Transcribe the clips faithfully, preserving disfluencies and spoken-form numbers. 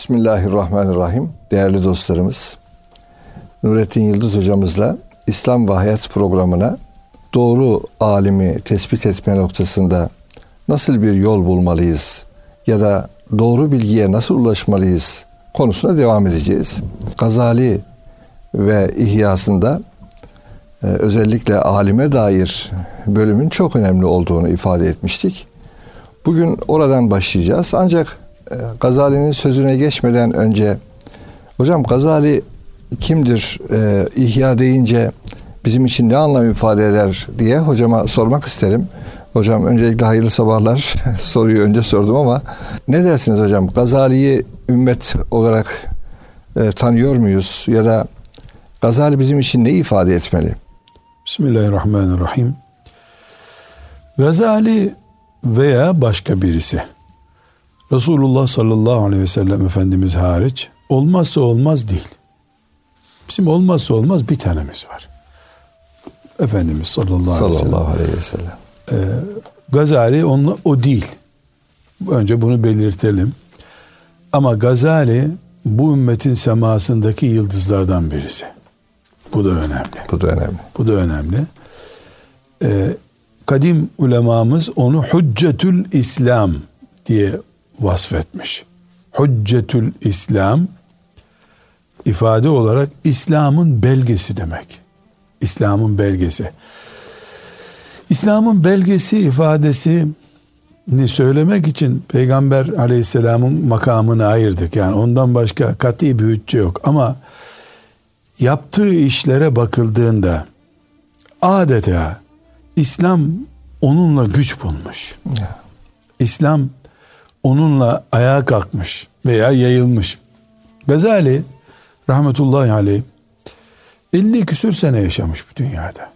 Bismillahirrahmanirrahim. Değerli dostlarımız, Nurettin Yıldız hocamızla İslam ve Hayat programına doğru alimi tespit etme noktasında nasıl bir yol bulmalıyız ya da doğru bilgiye nasıl ulaşmalıyız konusuna devam edeceğiz. Gazali ve İhyasında e, özellikle alime dair bölümün çok önemli olduğunu ifade etmiştik. Bugün oradan başlayacağız. Ancak e, Gazali'nin sözüne geçmeden önce, hocam Gazali kimdir? E, İhya deyince bizim için ne anlam ifade eder diye hocama sormak isterim. Hocam öncelikle hayırlı sabahlar. Soruyu önce sordum ama ne dersiniz hocam? Gazali'yi ümmet olarak e, tanıyor muyuz? Ya da Gazali bizim için ne ifade etmeli? Bismillahirrahmanirrahim. Gazali veya başka birisi, Resulullah sallallahu aleyhi ve sellem Efendimiz hariç olmazsa olmaz değil. Bizim olmazsa olmaz bir tanemiz var. Efendimiz sallallahu aleyhi ve sellem. Sallallahu aleyhi ve sellem. Ee, Gazali onunla, o değil. Önce bunu belirtelim. Ama Gazali bu ümmetin semasındaki yıldızlardan birisi. Bu da önemli. Bu da önemli. Bu da önemli. Ee, kadim ulemamız onu Hüccetül İslam diye vasfetmiş. Hüccetül İslam ifade olarak İslam'ın belgesi demek. İslam'ın belgesi. İslam'ın belgesi ifadesini söylemek için Peygamber Aleyhisselam'ın makamını ayırdık. Yani ondan başka kat'i bir hücce yok. Ama yaptığı işlere bakıldığında adeta İslam onunla güç bulmuş. Ya. İslam onunla ayağa kalkmış veya yayılmış. Gazali rahmetullahi aleyh elli küsür sene yaşamış bu dünyada.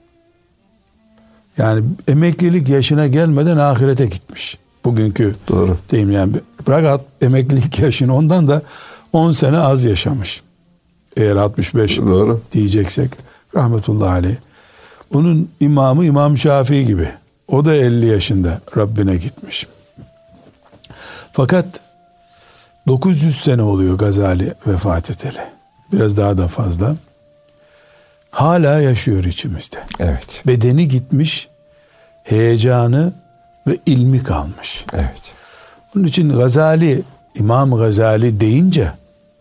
Yani emeklilik yaşına gelmeden ahirete gitmiş. Bugünkü Doğru. deyim yani bırak emeklilik yaşını, ondan da on sene az yaşamış. Eğer altmış beş Doğru. diyeceksek rahmetullahi aleyh. Onun imamı İmam Şafii gibi. O da elli yaşında Rabbine gitmiş. Fakat dokuz yüz sene oluyor Gazali vefat edeli. Biraz daha da fazla. Hala yaşıyor içimizde. Evet. Bedeni gitmiş, heyecanı ve ilmi kalmış. Evet. Onun için Gazali, İmam Gazali deyince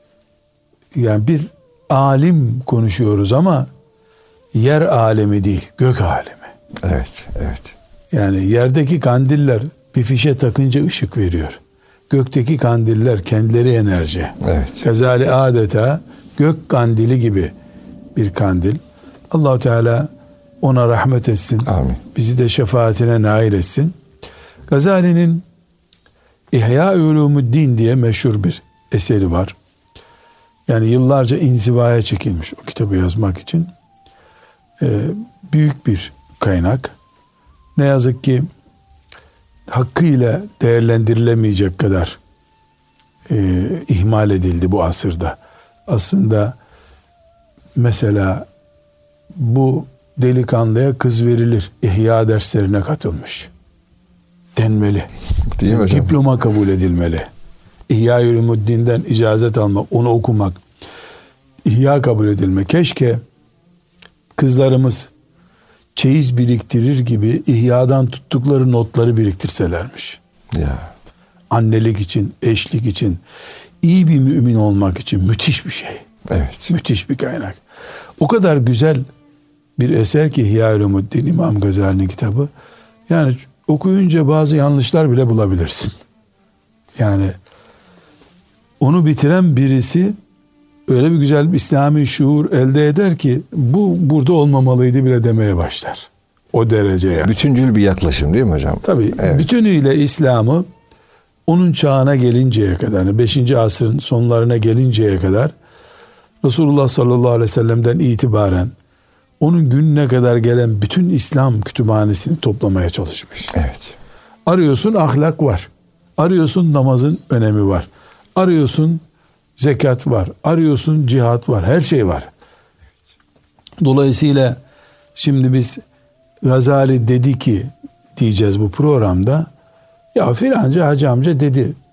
yani bir alim konuşuyoruz ama yer alemi değil, gök alemi. Evet, evet. Yani yerdeki kandiller bir fişe takınca ışık veriyor. Gökteki kandiller kendileri enerji. Evet. Gazali adeta gök kandili gibi bir kandil. Allah-u Teala ona rahmet etsin. Amin. Bizi de şefaatine nail etsin. Gazali'nin İhya-i-Ulûmü'd-Din diye meşhur bir eseri var. Yani yıllarca inzivaya çekilmiş o kitabı yazmak için. Ee, büyük bir kaynak. Ne yazık ki hakkıyla değerlendirilemeyecek kadar e, ihmal edildi bu asırda. Aslında mesela bu delikanlıya kız verilir, ihya derslerine katılmış denmeli. Değil mi hocam? Diploma kabul edilmeli. İhya-i Ulûmü'd-Din'den icazet almak, onu okumak, ihya kabul edilme. Keşke kızlarımız çeyiz biriktirir gibi ihyadan tuttukları notları biriktirselermiş. Ya. Annelik için, eşlik için, iyi bir mümin olmak için müthiş bir şey. Evet. Müthiş bir kaynak. O kadar güzel bir eser ki İhya-i Ulûmü'd-Din, İmam Gazali'nin kitabı. Yani okuyunca bazı yanlışlar bile bulabilirsin. Yani onu bitiren birisi öyle bir güzel bir İslami şuur elde eder ki bu burada olmamalıydı bile demeye başlar. O dereceye. Bütüncül bir yaklaşım değil mi hocam? Tabii. Evet. Bütünüyle İslam'ı onun çağına gelinceye kadar, beşinci asrın sonlarına gelinceye kadar Resulullah sallallahu aleyhi ve sellem'den itibaren onun gününe kadar gelen bütün İslam kütüphanesini toplamaya çalışmış. Evet. Arıyorsun ahlak var. Arıyorsun namazın önemi var. Arıyorsun zekat var. Arıyorsun cihat var. Her şey var. Dolayısıyla şimdi biz Gazali dedi ki diyeceğiz bu programda. Ya filanca hacı amca dedi.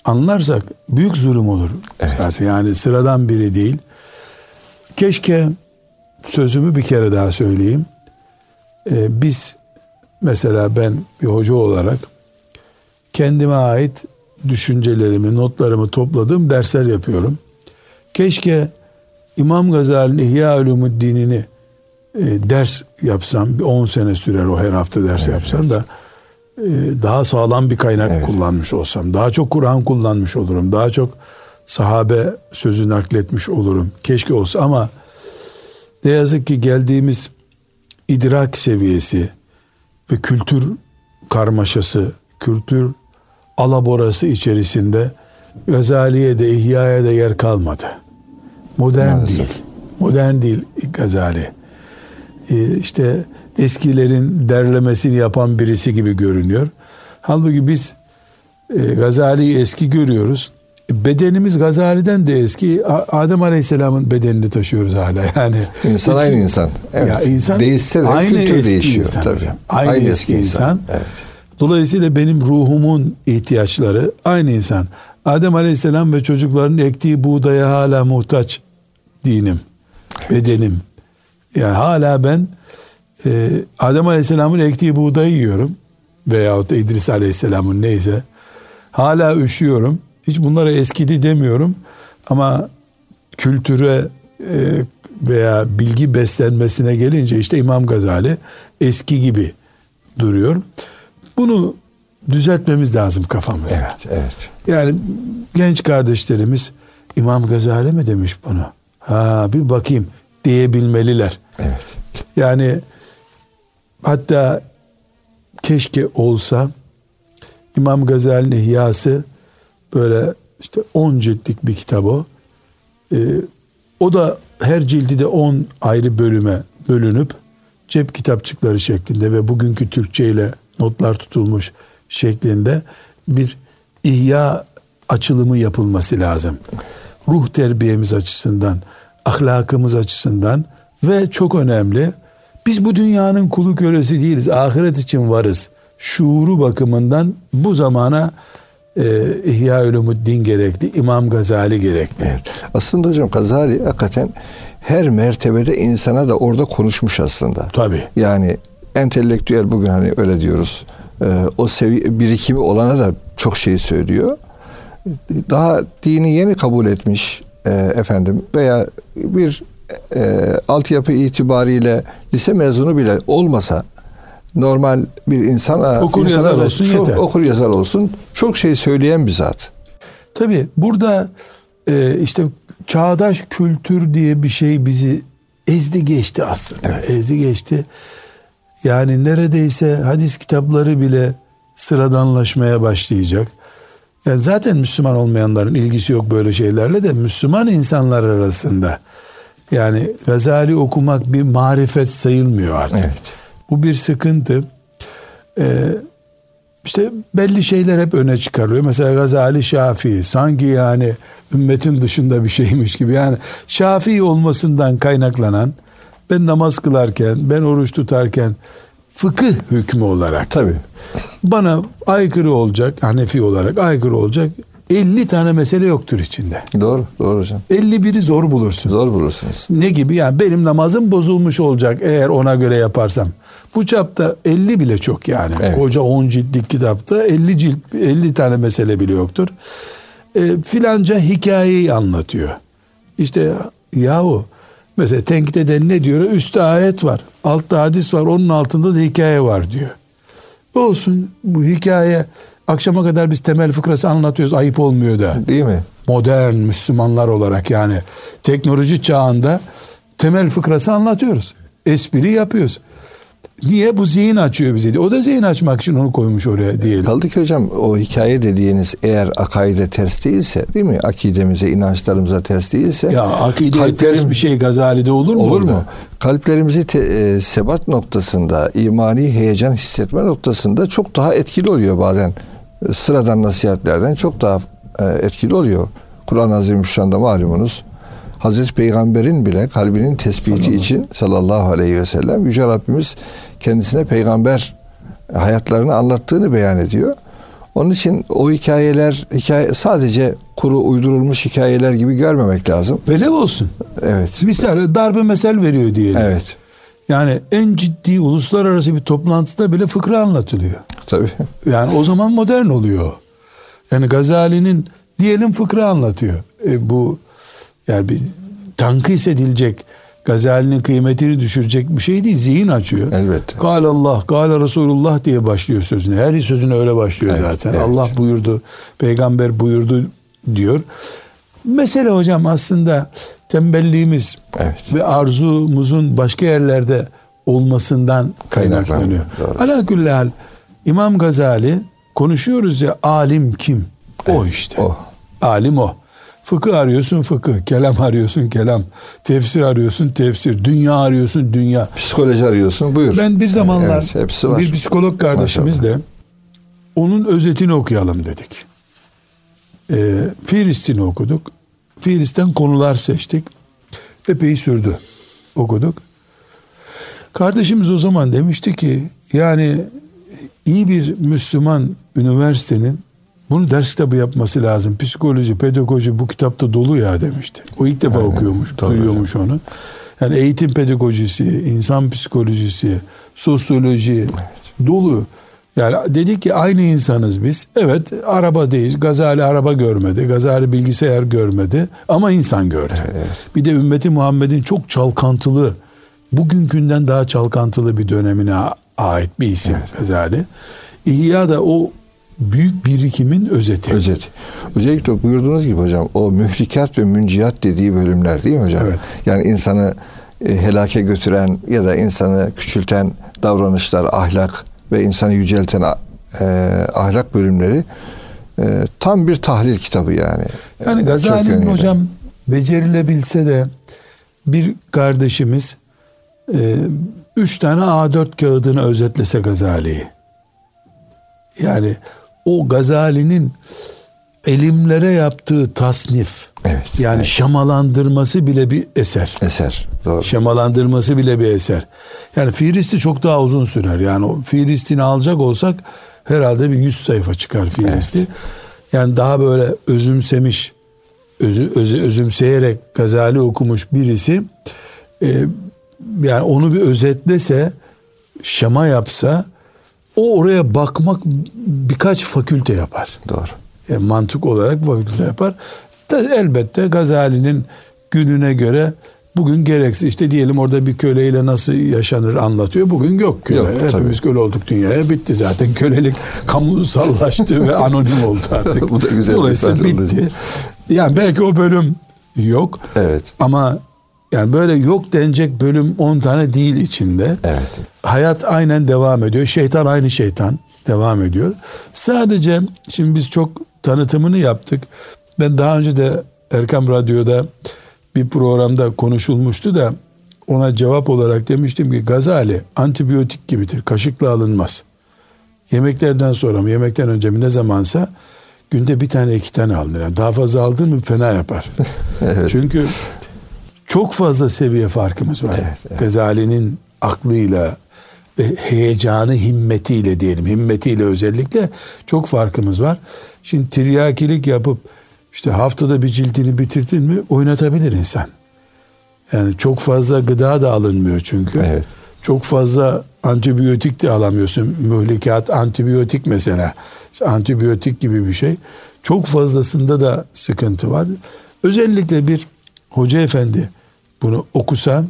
anlarsak büyük zulüm olur. Evet. Zaten yani sıradan biri değil. Keşke, sözümü bir kere daha söyleyeyim. Ee, biz mesela ben bir hoca olarak kendime ait düşüncelerimi, notlarımı topladığım dersler yapıyorum. Keşke İmam Gazali'nin İhya Ulumuddin'ini e, ders yapsam, bir on sene sürer o, her hafta ders evet, yapsam evet. da e, daha sağlam bir kaynak evet. kullanmış olsam, daha çok Kur'an kullanmış olurum, daha çok sahabe sözü nakletmiş olurum. Keşke olsa, ama ne yazık ki geldiğimiz idrak seviyesi ve kültür karmaşası, kültür alaborası içerisinde Gazali'ye de İhya'ya da yer kalmadı. Modern Maalesef. değil. Modern değil Gazali. Ee, işte eskilerin derlemesini yapan birisi gibi görünüyor. Halbuki biz e, Gazali'yi eski görüyoruz. Bedenimiz Gazali'den de eski. Adem Aleyhisselam'ın bedenini taşıyoruz hala. Yani insan aynı insan. Evet. Ya insan değişse de aynı kültür değişiyor insan tabii. Aynı, aynı eski, eski insan. insan. Evet. Dolayısıyla benim ruhumun ihtiyaçları aynı insan. Adem Aleyhisselam ve çocukların ektiği buğdaya hala muhtaç dinim, bedenim. Yani hala ben e, Adem Aleyhisselam'ın ektiği buğdayı yiyorum. Veyahut da İdris Aleyhisselam'ın, neyse. Hala üşüyorum. Hiç bunlara eskidi demiyorum. Ama kültüre e, veya bilgi beslenmesine gelince işte İmam Gazali eski gibi duruyor. Bunu düzeltmemiz lazım kafamızda. Evet, evet. Yani genç kardeşlerimiz İmam Gazali mi demiş bunu? Ha, bir bakayım diyebilmeliler. Evet. Yani hatta keşke olsa İmam Gazali'nin İhyası böyle işte on ciltlik bir kitap o. Ee, o da her cildi de on ayrı bölüme bölünüp cep kitapçıkları şeklinde ve bugünkü Türkçe ile notlar tutulmuş şeklinde bir ihya açılımı yapılması lazım. Ruh terbiyemiz açısından, ahlakımız açısından ve çok önemli, biz bu dünyanın kulu kölesi değiliz. Ahiret için varız. Şuuru bakımından bu zamana e, İhya Ulumuddin gerekli, İmam Gazali gerekli. Evet. Aslında hocam Gazali hakikaten her mertebede insana da orada konuşmuş aslında. Tabii. Yani entelektüel, bugün hani öyle diyoruz. Ee, o sevi birikimi olana da çok şey söylüyor. Daha dini yeni kabul etmiş e, efendim veya bir e, altyapı itibariyle lise mezunu bile olmasa, normal bir insana, okur insana yazar da olsun çok yeter. Okur yazar olsun. Çok şey söyleyen bir zat. Tabii burada e, işte çağdaş kültür diye bir şey bizi ezdi geçti aslında. Evet. Ezdi geçti. Yani neredeyse hadis kitapları bile sıradanlaşmaya başlayacak. Yani zaten Müslüman olmayanların ilgisi yok böyle şeylerle de, Müslüman insanlar arasında yani Gazali okumak bir marifet sayılmıyor artık. Evet. Bu bir sıkıntı. Ee, işte belli şeyler hep öne çıkarılıyor. Mesela Gazali Şafii, sanki yani ümmetin dışında bir şeymiş gibi. Yani Şafii olmasından kaynaklanan, ben namaz kılarken, ben oruç tutarken fıkıh hükmü olarak tabii bana aykırı olacak, Hanefi olarak aykırı olacak elli tane mesele yoktur içinde. Doğru, doğru hocam. elli biri zor bulursun. Zor bulursunuz. Ne gibi? Yani benim namazım bozulmuş olacak eğer ona göre yaparsam. Bu çapta elli bile çok yani. Evet. Koca on ciltlik kitapta elli cilt, elli tane mesele bile yoktur. E, filanca hikayeyi anlatıyor. İşte yahu mesela tenkit eden ne diyor? Üstte ayet var, altta hadis var, onun altında da hikaye var diyor. Olsun, bu hikaye akşama kadar biz temel fıkrası anlatıyoruz, ayıp olmuyor da. Değil mi? Modern Müslümanlar olarak yani teknoloji çağında temel fıkrası anlatıyoruz. Espri yapıyoruz. Niye? Bu zihin açıyor bize. O da zihin açmak için onu koymuş oraya diyelim. Kaldı ki hocam o hikaye dediğiniz eğer akaide ters değilse, değil mi? Akidemize, inançlarımıza ters değilse. Ya akideye ters bir şey Gazali'de olur mu? Olur mu? Kalplerimizi te, e, sebat noktasında, imani heyecan hissetme noktasında çok daha etkili oluyor bazen. Sıradan nasihatlerden çok daha e, etkili oluyor. Kur'an-ı Azimüşşan'da malumunuz, Hazreti Peygamber'in bile kalbinin tespiti sallallahu. için sallallahu aleyhi ve sellem Yüce Rabbimiz kendisine peygamber hayatlarını anlattığını beyan ediyor. Onun için o hikayeler hikaye sadece kuru uydurulmuş hikayeler gibi görmemek lazım. Velev olsun. Evet. Misal darbe mesel veriyor diyelim. Evet. Yani en ciddi uluslararası bir toplantıda bile fıkra anlatılıyor. Tabii. Yani o zaman modern oluyor. Yani Gazali'nin diyelim fıkra anlatıyor. E bu yani bir tankis edilecek, Gazali'nin kıymetini düşürecek bir şey değil. Zihin açıyor. Elbette. Kâle Allah, kâle Resulullah diye başlıyor sözüne. Her sözüne öyle başlıyor Evet, zaten. evet. Allah buyurdu, peygamber buyurdu diyor. Mesele hocam aslında tembelliğimiz Evet. ve arzumuzun başka yerlerde olmasından kaynaklanıyor. Ala kulli hal İmam Gazali konuşuyoruz ya, alim kim? O Evet, işte. o. Alim o. Fıkıh arıyorsun fıkıh, kelam arıyorsun kelam, tefsir arıyorsun tefsir, dünya arıyorsun dünya. Psikoloji arıyorsun, buyur. Ben bir zamanlar Evet, hepsi var. bir psikolog kardeşimizle onun özetini okuyalım dedik. Ee, Filistin'i okuduk. Filistin konular seçtik. Epey sürdü. Okuduk. Kardeşimiz o zaman demişti ki yani iyi bir Müslüman üniversitenin bunu ders kitabı yapması lazım. Psikoloji, pedagoji bu kitapta dolu ya demişti. O ilk defa Evet, okuyormuş, tabii. duyuyormuş onu. Yani eğitim pedagojisi, insan psikolojisi, sosyoloji evet. dolu. Yani dedik ki aynı insanız biz. Evet, arabadayız. Gazali araba görmedi. Gazali bilgisayar görmedi. Ama insan gördü. Evet, evet. Bir de ümmeti Muhammed'in çok çalkantılı, bugünkünden daha çalkantılı bir dönemine ait bir isim evet. Gazali. İhya da o büyük birikimin özeti. Özet. Özellikle buyurduğunuz gibi hocam o mühlikat ve münciyat dediği bölümler değil mi hocam? Evet. Yani insanı e, helake götüren ya da insanı küçülten davranışlar, ahlak ve insanı yücelten e, ahlak bölümleri e, tam bir tahlil kitabı yani. Yani Gazali'nin hocam becerilebilse de bir kardeşimiz e, üç tane A dört kağıdını özetlese Gazali'yi. Yani o Gazali'nin elimlere yaptığı tasnif, evet, yani evet. şemalandırması bile bir eser. Eser, doğru. Şemalandırması bile bir eser. Yani Fihrist'i çok daha uzun sürer. Yani o Fihrist'ini alacak olsak herhalde bir yüz sayfa çıkar Fihrist'i. Evet. Yani daha böyle özümsemiş, özü, özü, özümseyerek Gazali okumuş birisi e, yani onu bir özetlese, şema yapsa, o oraya bakmak birkaç fakülte yapar. Doğru. Yani mantık olarak fakülte yapar. Da elbette Gazali'nin gününe göre bugün gereksiz. İşte diyelim orada bir köleyle nasıl yaşanır anlatıyor. Bugün yok köle. Yok, Hepimiz tabii. köle olduk dünyaya. Bitti zaten. Kölelik kamusallaştı ve anonim oldu artık. Bu da güzel. Dolayısıyla bitti. Yani belki o bölüm yok. Evet. Ama yani böyle yok denecek bölüm on tane değil içinde. Evet. Hayat aynen devam ediyor. Şeytan aynı şeytan devam ediyor. Sadece şimdi biz çok tanıtımını yaptık. Ben daha önce de Erkam Radyo'da bir programda konuşulmuştu da ona cevap olarak demiştim ki Gazali antibiyotik gibidir. Kaşıkla alınmaz. Yemeklerden sonra mı yemekten önce mi ne zamansa günde bir tane iki tane alınır. Yani daha fazla aldın mı fena yapar. Evet. Çünkü çok fazla seviye farkımız var. Evet, evet. Gazali'nin aklıyla ve heyecanı, himmetiyle diyelim. Himmetiyle özellikle çok farkımız var. Şimdi tiryakilik yapıp işte haftada bir cildini bitirdin mi oynatabilir insan. Yani çok fazla gıda da alınmıyor çünkü. Evet. Çok fazla antibiyotik de alamıyorsun. Mühlikat, antibiyotik mesela. İşte antibiyotik gibi bir şey. Çok fazlasında da sıkıntı var. Özellikle bir hoca efendi bunu okusa,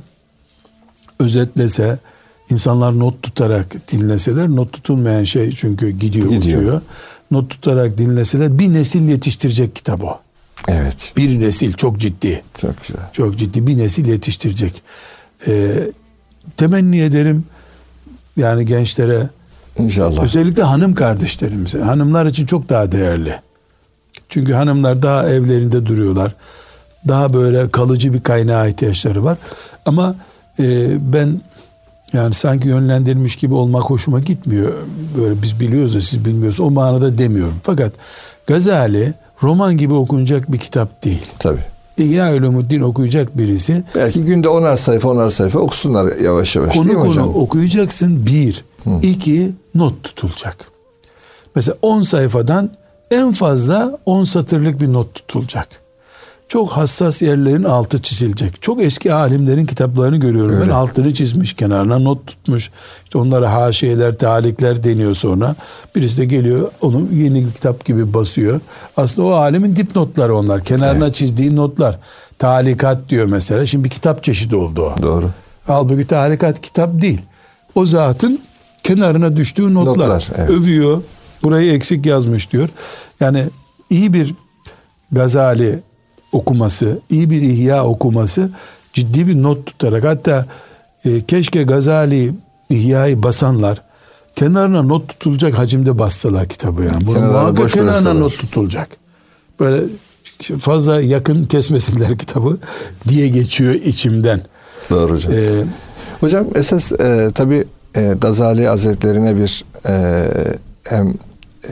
özetlese, insanlar not tutarak dinleseler, not tutulmayan şey çünkü gidiyor, Gidiyor. uçuyor. Not tutarak dinleseler bir nesil yetiştirecek kitap o. Evet. Bir nesil çok ciddi. Çok güzel. Çok ciddi bir nesil yetiştirecek. Ee, temenni ederim yani gençlere, İnşallah. özellikle hanım kardeşlerimize, hanımlar için çok daha değerli. Çünkü hanımlar daha evlerinde duruyorlar. Daha böyle kalıcı bir kaynağa ihtiyaçları var. Ama e, ben yani sanki yönlendirilmiş gibi olmak hoşuma gitmiyor. Böyle biz biliyoruz da siz bilmiyorsunuz. O manada demiyorum. Fakat Gazali roman gibi okunacak bir kitap değil. Tabii. İhya Ulumuddin okuyacak birisi. Belki günde onar sayfa onar sayfa okusunlar yavaş yavaş Konu değil mi konu hocam? okuyacaksın bir. Hı. İki, not tutulacak. Mesela on sayfadan en fazla on satırlık bir not tutulacak. Çok hassas yerlerin altı çizilecek. Çok eski alimlerin kitaplarını görüyorum. Öyle. Ben altını çizmiş, kenarına not tutmuş. İşte onlara haşiyeler, talikler deniyor sonra. Birisi de geliyor, onu yeni bir kitap gibi basıyor. Aslında o alimin dipnotları onlar. Kenarına evet. çizdiği notlar. Talikat diyor mesela. Şimdi bir kitap çeşidi oldu o. Doğru. Halbuki talikat kitap değil. O zatın kenarına düştüğü notlar. notlar evet. Övüyor. Burayı eksik yazmış diyor. Yani iyi bir Gazali okuması, iyi bir İhya okuması, ciddi bir not tutarak, hatta e, keşke Gazali İhya'yı basanlar kenarına not tutulacak hacimde bassalar kitabı yani. Bunun muhakkak kenarına not tutulacak. Böyle fazla yakın kesmesinler kitabı diye geçiyor içimden. Doğru hocam. Ee, hocam esas e, tabii e, Gazali Hazretlerine bir e, hem e,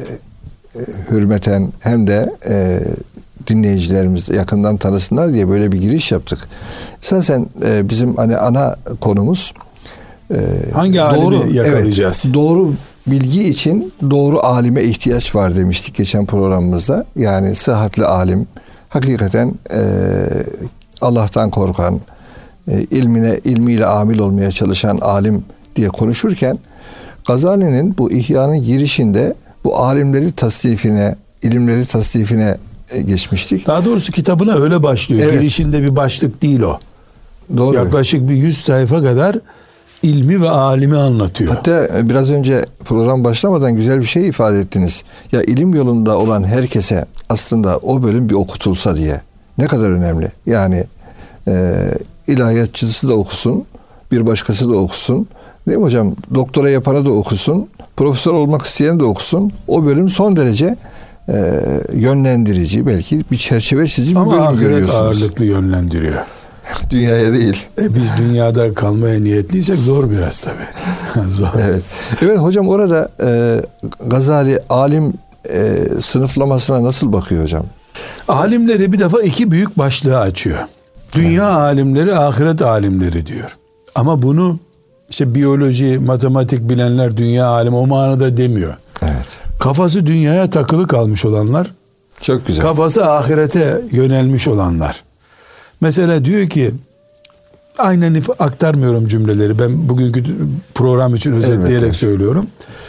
hürmeten hem de e, dinleyicilerimiz yakından tanısınlar diye böyle bir giriş yaptık. Esasen e, bizim hani ana konumuz e, hangi alimi yakalayacağız? Evet, doğru bilgi için doğru alime ihtiyaç var demiştik geçen programımızda. Yani sıhhatli alim, hakikaten e, Allah'tan korkan, e, ilmine ilmiyle amil olmaya çalışan alim diye konuşurken, Gazali'nin bu İhya'nın girişinde bu alimleri tasnifine, ilimleri tasnifine geçmiştik. Daha doğrusu kitabına öyle başlıyor. Evet. Girişinde bir başlık değil o. Doğru. Yaklaşık bir yüz sayfa kadar ilmi ve alimi anlatıyor. Hatta biraz önce program başlamadan güzel bir şey ifade ettiniz. Ya ilim yolunda olan herkese aslında o bölüm bir okutulsa diye. Ne kadar önemli. Yani e, ilahiyatçısı da okusun, bir başkası da okusun. Değil mi hocam? Doktora yapanı da okusun, profesör olmak isteyen de okusun. O bölüm son derece e, yönlendirici, belki bir çerçeve çizici bir bölüm görüyorsunuz. Ama ahiret ağırlıklı yönlendiriyor. Dünyaya değil. E biz dünyada kalmaya niyetliysek zor biraz tabii. Zor. Evet. Evet hocam, orada e, Gazali alim e, sınıflamasına nasıl bakıyor hocam? Alimleri bir defa iki büyük başlığı açıyor. Dünya evet. alimleri, ahiret alimleri diyor. Ama bunu işte biyoloji, matematik bilenler dünya alimi o manada demiyor. Evet. Kafası dünyaya takılı kalmış olanlar, çok güzel. Kafası ahirete yönelmiş olanlar. Mesela diyor ki, aynen aktarmıyorum cümleleri, ben bugünkü program için özetleyerek evet. söylüyorum.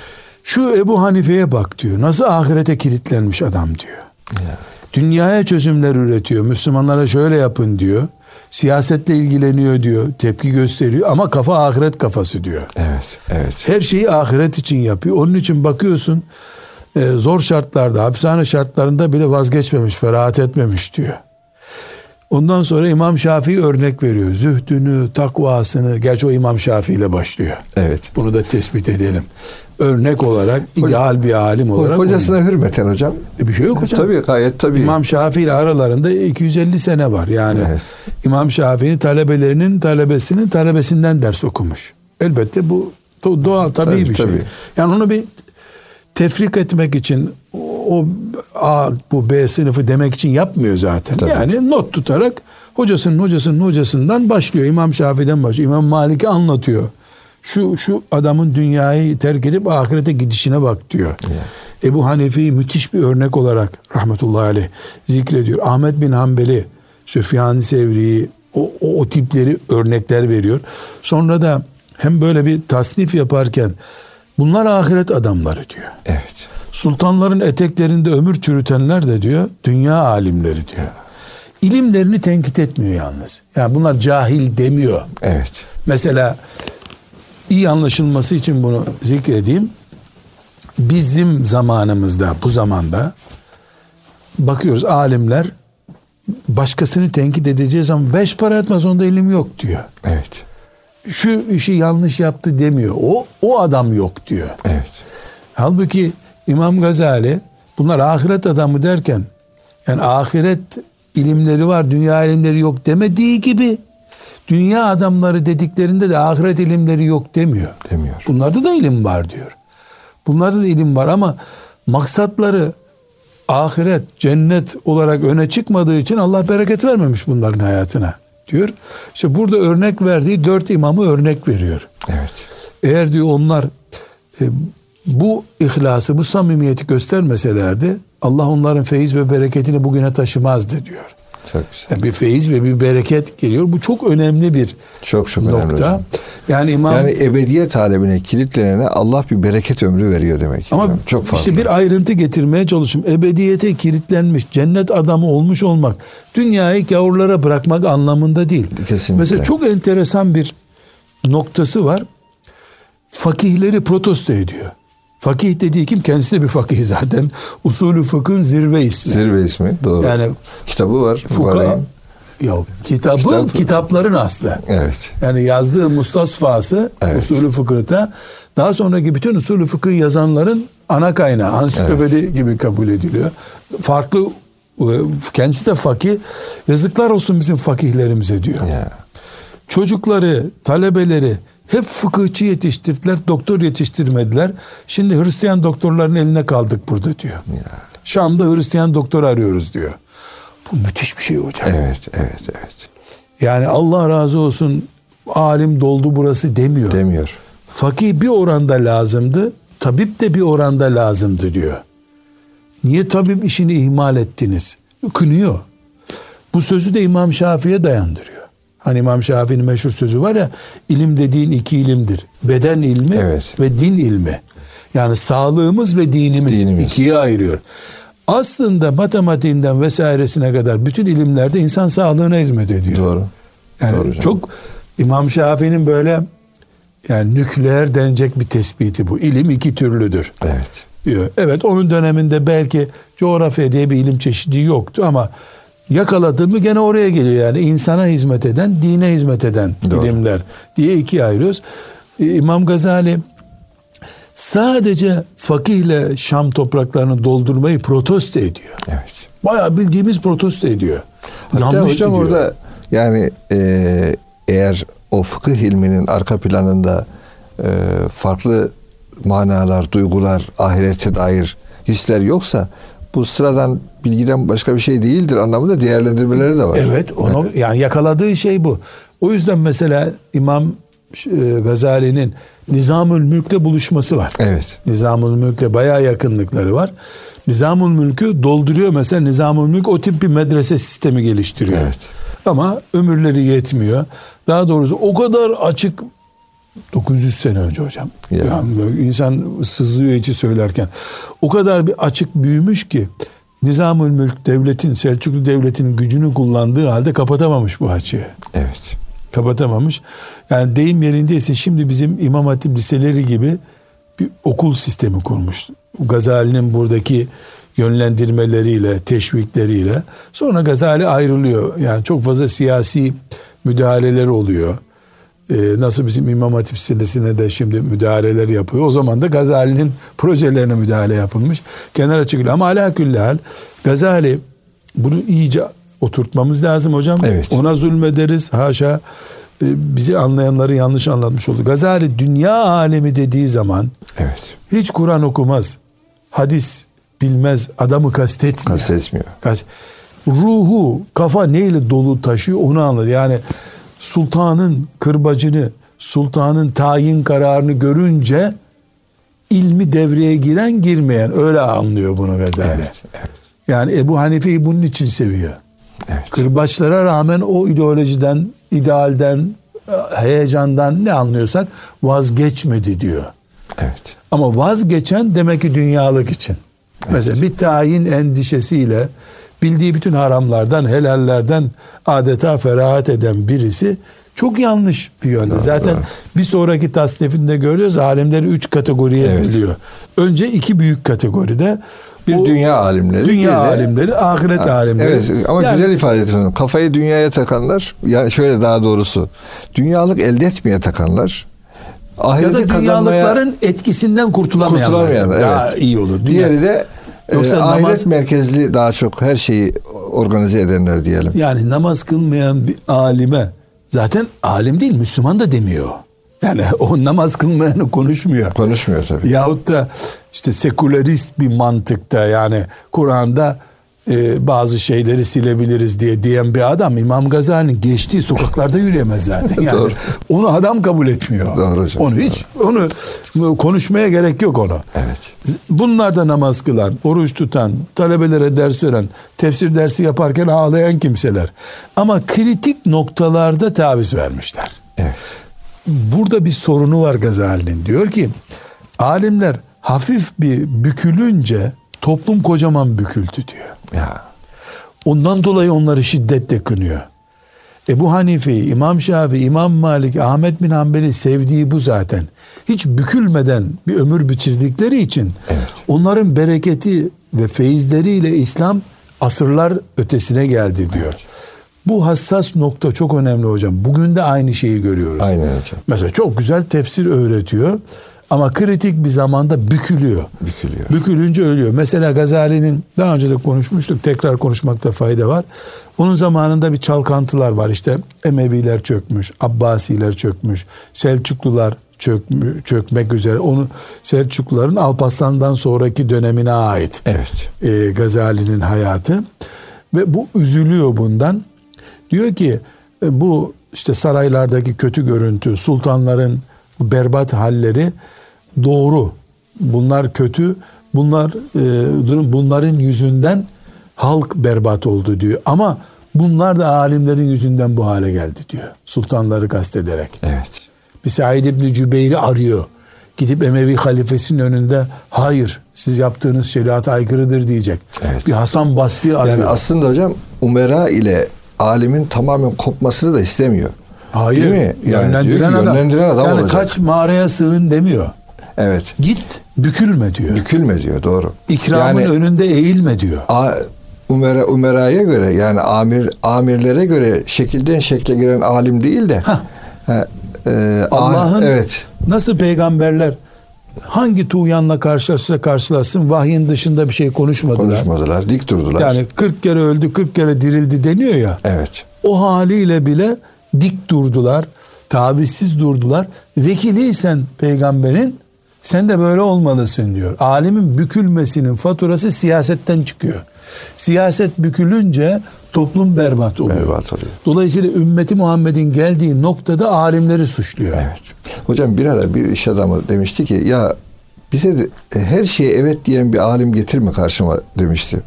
Şu Ebu Hanife'ye bak diyor. Nasıl ahirete kilitlenmiş adam diyor. Yeah. Dünyaya çözümler üretiyor. Müslümanlara şöyle yapın diyor. Siyasetle ilgileniyor diyor. Tepki gösteriyor ama kafa ahiret kafası diyor. Evet, evet. Her şeyi ahiret için yapıyor. Onun için bakıyorsun e, zor şartlarda, hapishane şartlarında bile vazgeçmemiş, ferahat etmemiş diyor. Ondan sonra İmam Şafii örnek veriyor. Zühdünü, takvasını, gerçi o İmam Şafii ile başlıyor. Evet. Bunu da tespit edelim. Örnek olarak, hocam, ideal bir alim olarak. Hocasına onu hürmeten hocam. E bir şey yok hocam. Tabii, gayet tabii. İmam Şafii ile aralarında iki yüz elli sene var. Yani evet. İmam Şafii'nin talebelerinin talebesinin talebesinden ders okumuş. Elbette bu doğal, tabii, tabii bir şey. Tabii. Yani onu bir tefrik etmek için, o A bu B sınıfı demek için yapmıyor zaten. Tabii. Yani not tutarak hocasının hocasının hocasından başlıyor. İmam Şafii'den başlıyor. İmam Malik'i anlatıyor. Şu şu adamın dünyayı terk edip ahirete gidişine bak diyor. Yeah. Ebu Hanife'yi müthiş bir örnek olarak rahmetullahi aleyh zikrediyor. Ahmet bin Hanbel'i, Süfyan-ı Sevri'yi, o, o, o tipleri örnekler veriyor. Sonra da hem böyle bir tasnif yaparken bunlar ahiret adamları diyor. Evet. Sultanların eteklerinde ömür çürütenler de diyor dünya alimleri diyor. İlimlerini tenkit etmiyor yalnız. Yani bunlar cahil demiyor. Evet. Mesela iyi anlaşılması için bunu zikredeyim. Bizim zamanımızda, bu zamanda bakıyoruz, alimler başkasını tenkit edeceği zaman beş para etmez, onda ilim yok diyor. Evet. Şu işi yanlış yaptı demiyor. O o adam yok diyor. Evet. Halbuki İmam Gazali bunlar ahiret adamı derken, yani ahiret ilimleri var, dünya ilimleri yok demediği gibi dünya adamları dediklerinde de ahiret ilimleri yok demiyor. Demiyor. Bunlarda da ilim var diyor. Bunlarda da ilim var ama maksatları ahiret, cennet olarak öne çıkmadığı için Allah bereket vermemiş bunların hayatına diyor. İşte burada örnek verdiği dört imamı örnek veriyor. Evet. Eğer diyor onlar e, bu ihlası, bu samimiyeti göstermeselerdi Allah onların feyiz ve bereketini bugüne taşımazdı diyor. Çok güzel. Yani bir feyiz ve bir bereket geliyor. Bu çok önemli bir çok çok nokta. Önemli hocam. Yani imam yani ebediyet alemine kilitlenene Allah bir bereket ömrü veriyor demek. Ama hocam. Çok fazla. işte bir ayrıntı getirmeye çalışıyorum. Ebediyete kilitlenmiş, cennet adamı olmuş olmak, dünyayı gavurlara bırakmak anlamında değil. Kesinlikle. Mesela çok enteresan bir noktası var. Fakihleri protesto ediyor. Fakih dediği kim? Kendisi de bir fakih zaten. Usulü fıkhın zirve ismi. Zirve ismi, doğru. Yani kitabı var. Fuka, yok, kitabı Kitap, kitapların aslı. Evet. Yani yazdığı mustasfası evet. Usulü fıkıhta, daha sonraki bütün usulü fıkıh yazanların ana kaynağı, ansiklopedi evet. gibi kabul ediliyor. Farklı, kendisi de fakih. Yazıklar olsun bizim fakihlerimize diyor. Ya. Çocukları, talebeleri hep fıkıhçı yetiştirdiler, doktor yetiştirmediler. Şimdi Hristiyan doktorların eline kaldık burada diyor. Ya. Şam'da Hristiyan doktor arıyoruz diyor. Bu müthiş bir şey hocam. Evet, evet, evet. Yani Allah razı olsun alim doldu burası demiyor. Demiyor. Fakih bir oranda lazımdı, tabip de bir oranda lazımdı diyor. Niye tabip işini ihmal ettiniz? Kınıyor. Bu sözü de İmam Şafii'ye dayandırıyor. Hani İmam Şafii'nin meşhur sözü var ya, ilim dediğin iki ilimdir. Beden ilmi evet. ve din ilmi. Yani sağlığımız ve dinimiz, dinimiz ikiye ayırıyor. Aslında matematiğinden vesairesine kadar bütün ilimlerde insan sağlığına hizmet ediyor. Doğru. Yani Doğru çok İmam Şafii'nin böyle yani nükleer denecek bir tespiti bu. İlim iki türlüdür. Evet. Diyor. Evet, onun döneminde belki coğrafya diye bir ilim çeşidi yoktu ama yakaladığımı gene oraya geliyor. Yani insana hizmet eden, dine hizmet eden Doğru. ilimler diye ikiye ayırıyoruz. İmam Gazali sadece fakihle Şam topraklarını doldurmayı protesto ediyor. Evet. Bayağı bildiğimiz protesto ediyor. Hatta yanlış hocam gidiyor. Orada yani e, eğer o fıkıh ilminin arka planında e, farklı manalar, duygular, ahirete dair hisler yoksa bu sıradan bilgiden başka bir şey değildir anlamında değerlendirmeleri de var. Evet, onu evet. yani yakaladığı şey bu. O yüzden mesela İmam Gazali'nin Nizamül Mülk'le buluşması var. Evet. Nizamül Mülk'le bayağı yakınlıkları var. Nizamül Mülk'ü dolduruyor mesela. Nizamül Mülk o tip bir medrese sistemi geliştiriyor. Evet. Ama ömürleri yetmiyor. Daha doğrusu o kadar açık, dokuz yüz sene önce hocam. Ya. Yani insan sızlıyor içi söylerken. O kadar bir açık büyümüş ki Nizamül Mülk devletin, Selçuklu devletinin gücünü kullandığı halde kapatamamış bu açığı. Evet. Kapatamamış. Yani deyim yerindeyse şimdi bizim İmam Hatip liseleri gibi bir okul sistemi kurmuş. Gazali'nin buradaki yönlendirmeleriyle, teşvikleriyle. Sonra Gazali ayrılıyor. Yani çok fazla siyasi müdahaleleri oluyor. Ee, nasıl bizim İmam Hatip Lisesi'ne de şimdi müdahaleler yapıyor. O zaman da Gazali'nin projelerine müdahale yapılmış. Kenara çekiliyor. Ama alâküllâhal Gazali bunu iyice oturtmamız lazım hocam. Evet. Ona zulmederiz. Haşa bizi anlayanları yanlış anlatmış oldu. Gazali dünya alemi dediği zaman evet. hiç Kur'an okumaz, hadis bilmez, adamı kastetmiyor. Kastetmiyor. Kast... Ruhu, kafa neyle dolu taşıyor onu anlar. Yani sultanın kırbacını, sultanın tayin kararını görünce ilmi devreye giren girmeyen öyle anlıyor bunu Gazali. Evet, evet. Yani Ebu Hanife'yi bunun için seviyor. Evet. Kırbaçlara rağmen o ideolojiden, idealden, heyecandan ne anlıyorsak vazgeçmedi diyor. Evet. Ama vazgeçen demek ki dünyalık için. Evet. Mesela bir tayin endişesiyle bildiği bütün haramlardan, helallerden adeta ferahat eden birisi çok yanlış bir yönde. Doğru, Zaten doğru. bir sonraki tasnifinde görüyoruz alimleri üç kategoriye evet. bölüyor. Önce iki büyük kategoride. Bir o, dünya alimleri. Dünya alimleri, ahiret ha, alimleri. Evet ama yani, güzel ifade ediyorsun. Kafayı dünyaya takanlar, yani şöyle daha doğrusu, dünyalık elde etmeye takanlar, ahireti ya da dünyalıkların etkisinden kurtulamayanlar. Kurtulamayanlar daha evet. iyi olur. Dünya. Diğeri de Yoksa e, ahiret namaz, merkezli daha çok her şeyi organize edenler diyelim. Yani namaz kılmayan bir alime zaten alim değil, Müslüman da demiyor. Yani o namaz kılmayanı konuşmuyor. Konuşmuyor tabii. Yahut da işte sekülerist bir mantıkta yani Kur'an'da e, bazı şeyleri silebiliriz diye diyen bir adam İmam Gazali'nin geçtiği sokaklarda yürüyemez zaten. Yani Doğru. onu adam kabul etmiyor. Doğru hocam, Onu hiç onu konuşmaya gerek yok onu. Evet. Bunlar da namaz kılan, oruç tutan, talebelere ders veren, tefsir dersi yaparken ağlayan kimseler. Ama kritik noktalarda taviz vermişler. Evet. Burada bir sorunu var Gazali'nin. Diyor ki alimler hafif bir bükülünce toplum kocaman büküldü diyor. Ya. Ondan dolayı onları şiddetle kınıyor. Ebu Hanife, İmam Şafii, İmam Malik, Ahmet bin Hanbel'i sevdiği bu zaten. Hiç bükülmeden bir ömür bitirdikleri için Evet. onların bereketi ve feyizleriyle İslam asırlar ötesine geldi diyor. Evet. Bu hassas nokta çok önemli hocam. Bugün de aynı şeyi görüyoruz. Aynen hocam. Mesela çok güzel tefsir öğretiyor ama kritik bir zamanda bükülüyor. Bükülüyor. Bükülünce ölüyor. Mesela Gazali'nin daha önce de konuşmuştuk. Tekrar konuşmakta fayda var. Onun zamanında bir çalkantılar var. İşte Emeviler çökmüş, Abbasiler çökmüş, Selçuklular çökmü, çökmek üzere. Onu Selçukluların Alparslan'dan sonraki dönemine ait. Evet. E, Gazali'nin hayatı ve bu üzülüyor bundan. Diyor ki e, bu işte saraylardaki kötü görüntü, sultanların berbat halleri doğru. Bunlar kötü. Bunlar e, bunların yüzünden halk berbat oldu diyor. Ama bunlar da alimlerin yüzünden bu hale geldi diyor. Sultanları kastederek. Evet. Bir Said İbni Cübeyr'i arıyor. Gidip Emevi halifesinin önünde hayır siz yaptığınız şeriata aykırıdır diyecek. Evet. Bir Hasan Basri arıyor. Yani aslında hocam umera ile alimin tamamen kopmasını da istemiyor. Hayır. Değil mi? Yani yönlendiren, diyor ki, adam. yönlendiren adam yani olacak. kaç mağaraya sığın demiyor. Evet. Git bükülme diyor. Bükülme diyor, doğru. İkramın yani, önünde eğilme diyor. A, umera, umeraya göre yani amir amirlere göre şekilden şekle giren alim değil de ha, e, Allah'ın evet. nasıl peygamberler hangi tuğyanla karşılaşsa karşılaşsın vahyin dışında bir şey konuşmadılar. Konuşmadılar, dik durdular. Yani kırk kere öldü, kırk kere dirildi deniyor ya. Evet. O haliyle bile dik durdular, tavizsiz durdular. Vekiliysen peygamberin sen de böyle olmalısın diyor. Alimin bükülmesinin faturası siyasetten çıkıyor. Siyaset bükülünce toplum berbat oluyor. Berbat oluyor. Dolayısıyla ümmeti Muhammed'in geldiği noktada alimleri suçluyor. Evet. Hocam bir ara bir iş adamı demişti ki ya bize de her şeye evet diyen bir alim getirme karşıma demişti.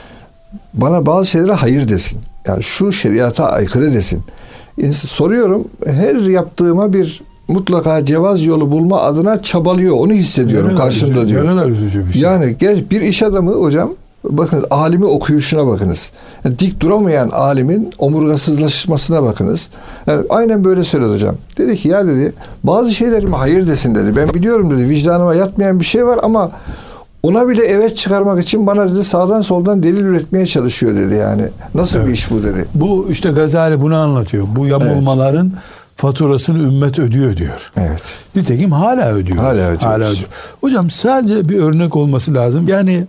Bana bazı şeylere hayır desin. Yani şu şeriata aykırı desin. Soruyorum, her yaptığıma bir mutlaka cevaz yolu bulma adına çabalıyor. Onu hissediyorum karşımda üzücü, diyor. Ne kadar üzücü bir şey. Yani gel bir iş adamı hocam, bakınız alimi okuyuşuna bakınız. Yani dik duramayan alimin omurgasızlaşmasına bakınız. Yani aynen böyle söyledi hocam. Dedi ki ya dedi bazı şeylerime hayır desin dedi. Ben biliyorum dedi vicdanıma yatmayan bir şey var ama ona bile evet çıkarmak için bana dedi sağdan soldan delil üretmeye çalışıyor dedi yani. Nasıl Evet. bir iş bu dedi. Bu işte Gazali bunu anlatıyor. Bu yamulmaların evet. faturasını ümmet ödüyor diyor. Evet. Nitekim hala ödüyor. Hala ödüyoruz. Hala ödüyor. Hocam sadece bir örnek olması lazım. Yani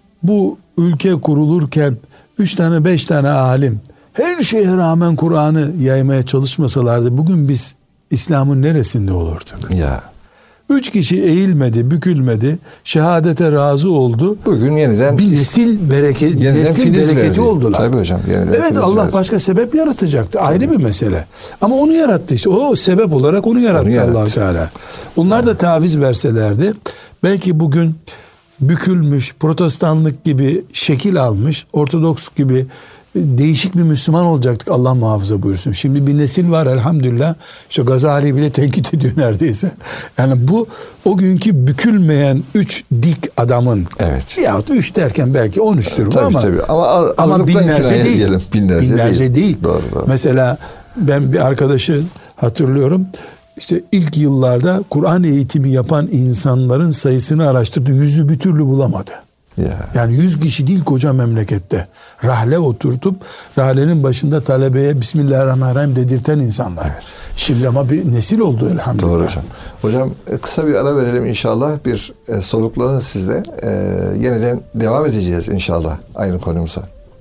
bu ülke kurulurken üç tane beş tane alim her şeye rağmen Kur'an'ı yaymaya çalışmasalardı bugün biz İslam'ın neresinde olurduk? Ya. Üç kişi eğilmedi, bükülmedi, şehadete razı oldu. Bugün yeniden bir nesil bereket, nesil bereketi verdi. Oldular. Tabii hocam. Evet Allah verdi. Başka sebep yaratacaktı. Tabii. Ayrı bir mesele. Ama onu yarattı işte. O sebep olarak onu yarattı, onu yarattı. Allah Teala. Onlar da taviz verselerdi belki bugün bükülmüş, protestanlık gibi şekil almış, Ortodoks gibi değişik bir Müslüman olacaktık. Allah muhafaza buyursun. Şimdi bir nesil var elhamdülillah. İşte Gazali bile tenkit ediyor neredeyse. Yani bu o günkü bükülmeyen üç dik adamın. Evet. Yahut üç derken belki on üçtür tabii, ama. Tabii. Ama, ama binlerce değil. Diyelim, binlerce, binlerce değil. değil. Doğru, doğru. Mesela ben bir arkadaşı hatırlıyorum. İşte ilk yıllarda Kur'an eğitimi yapan insanların sayısını araştırdı. Yüzü bir türlü bulamadı. Ya. Yani yüz kişi değil koca memlekette. Rahle oturtup rahlenin başında talebeye Bismillahirrahmanirrahim dedirten insanlar. Evet. Şimdi ama bir nesil oldu elhamdülillah. Doğru hocam. Hocam kısa bir ara verelim inşallah. Bir e, soluklanın sizde. E, yeniden devam edeceğiz inşallah aynı konumuza.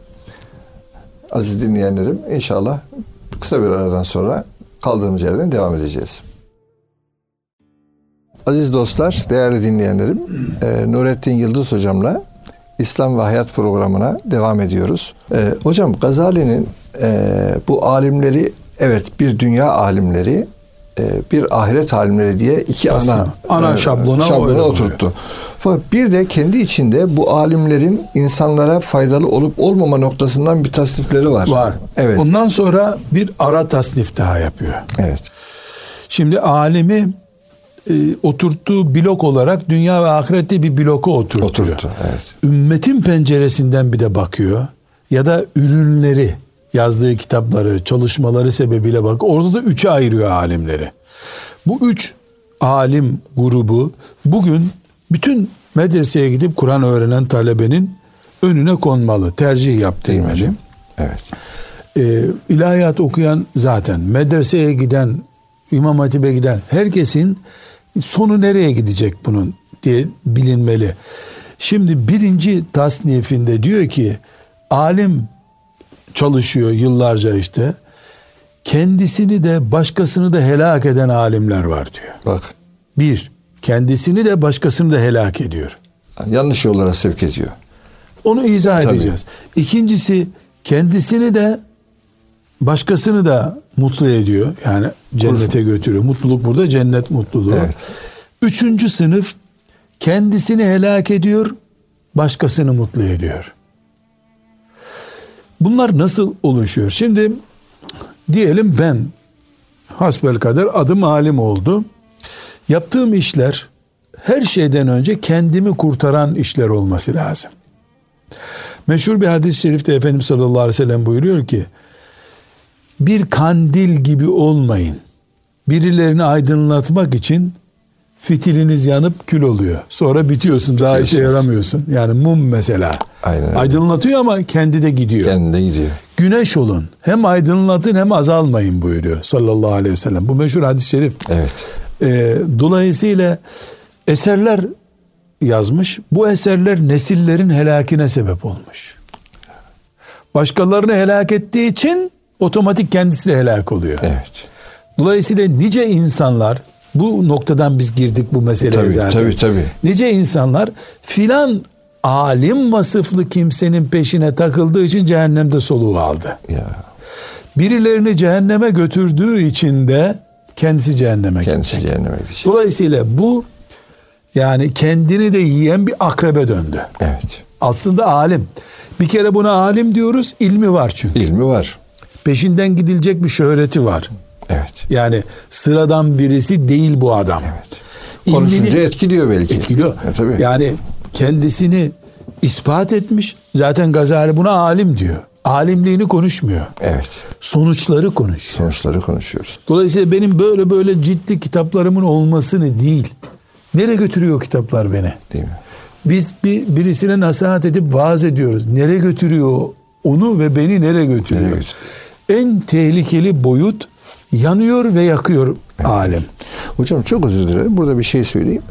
Aziz dinleyenlerim inşallah kısa bir aradan sonra kaldığımız yerden devam edeceğiz. Aziz dostlar, değerli dinleyenlerim, e, Nurettin Yıldız hocamla İslam ve Hayat programına devam ediyoruz. Ee, hocam Gazali'nin e, bu alimleri, evet bir dünya alimleri, e, bir ahiret alimleri diye iki Aslında, ana ana e, şablona, şablona oturttu. Fakat bir de kendi içinde bu alimlerin insanlara faydalı olup olmama noktasından bir tasnifleri var. Var. Evet. Ondan sonra bir ara tasnif daha yapıyor. Evet. Şimdi alimi e, oturttuğu blok olarak dünya ve ahirette bir bloku oturtuyor. Oturttu. Evet. Ümmetin penceresinden bir de bakıyor. Ya da ürünleri, yazdığı kitapları, çalışmaları sebebiyle bak. Orada da üçe ayırıyor alimleri. Bu üç alim grubu bugün bütün medreseye gidip Kur'an öğrenen talebenin önüne konmalı. Tercih yaptırmalı. Evet. Ee, ilahiyat okuyan zaten, medreseye giden, İmam Hatip'e giden herkesin sonu nereye gidecek bunun diye bilinmeli. Şimdi birinci tasnifinde diyor ki alim çalışıyor yıllarca işte. Kendisini de başkasını da helak eden alimler var diyor. Bak. Bir, kendisini de başkasını da helak ediyor. Yanlış yollara sevk ediyor. Onu izah Tabii. edeceğiz. İkincisi kendisini de başkasını da mutlu ediyor. Yani cennete götürüyor. Mutluluk burada cennet mutluluğu. Evet. Üçüncü sınıf kendisini helak ediyor, başkasını mutlu ediyor. Bunlar nasıl oluşuyor? Şimdi diyelim ben hasbelkader adım alim oldu. Yaptığım işler her şeyden önce kendimi kurtaran işler olması lazım. Meşhur bir hadis-i şerifte Efendimiz sallallahu aleyhi ve sellem buyuruyor ki bir kandil gibi olmayın. Birilerini aydınlatmak için fitiliniz yanıp kül oluyor. Sonra bitiyorsun, daha işe yaramıyorsun. Yani mum mesela. Aynen. Aydınlatıyor ama kendi de gidiyor. Kendi de gidiyor. Güneş olun. Hem aydınlatın hem azalmayın buyuruyor sallallahu aleyhi ve sellem. Bu meşhur hadis-i şerif. Evet. Ee, dolayısıyla eserler yazmış. Bu eserler nesillerin helakine sebep olmuş. Başkalarını helak ettiği için otomatik kendisi de helak oluyor. Evet. Dolayısıyla nice insanlar, bu noktadan biz girdik bu meseleye Tabii, zaten. tabii, tabii. Nice insanlar filan alim vasıflı kimsenin peşine takıldığı için cehennemde soluğu aldı. Ya. Birilerini cehenneme götürdüğü için de kendisi cehenneme Kendisi gidecek. cehenneme gidecek. Dolayısıyla bu yani kendini de yiyen bir akrebe döndü. Evet. Aslında alim. Bir kere buna alim diyoruz, ilmi var çünkü. İlmi var. Peşinden gidilecek bir şöhreti var. Evet. Yani sıradan birisi değil bu adam. Evet. Konuşunca İlmini etkiliyor belki. etkiliyor. E, tabii. Yani kendisini ispat etmiş. Zaten Gazali buna alim diyor. Alimliğini konuşmuyor. Evet. Sonuçları konuşuyor. Sonuçları konuşuyoruz. Dolayısıyla benim böyle böyle ciddi kitaplarımın olmasını değil. Nereye götürüyor o kitaplar beni? Değil mi? Biz bir birisine nasihat edip vaaz ediyoruz. Nereye götürüyor onu ve beni nereye götürüyor? Nereye götürüyor? En tehlikeli boyut yanıyor ve yakıyor Evet. alem. Hocam çok özür dilerim. Burada bir şey söyleyeyim.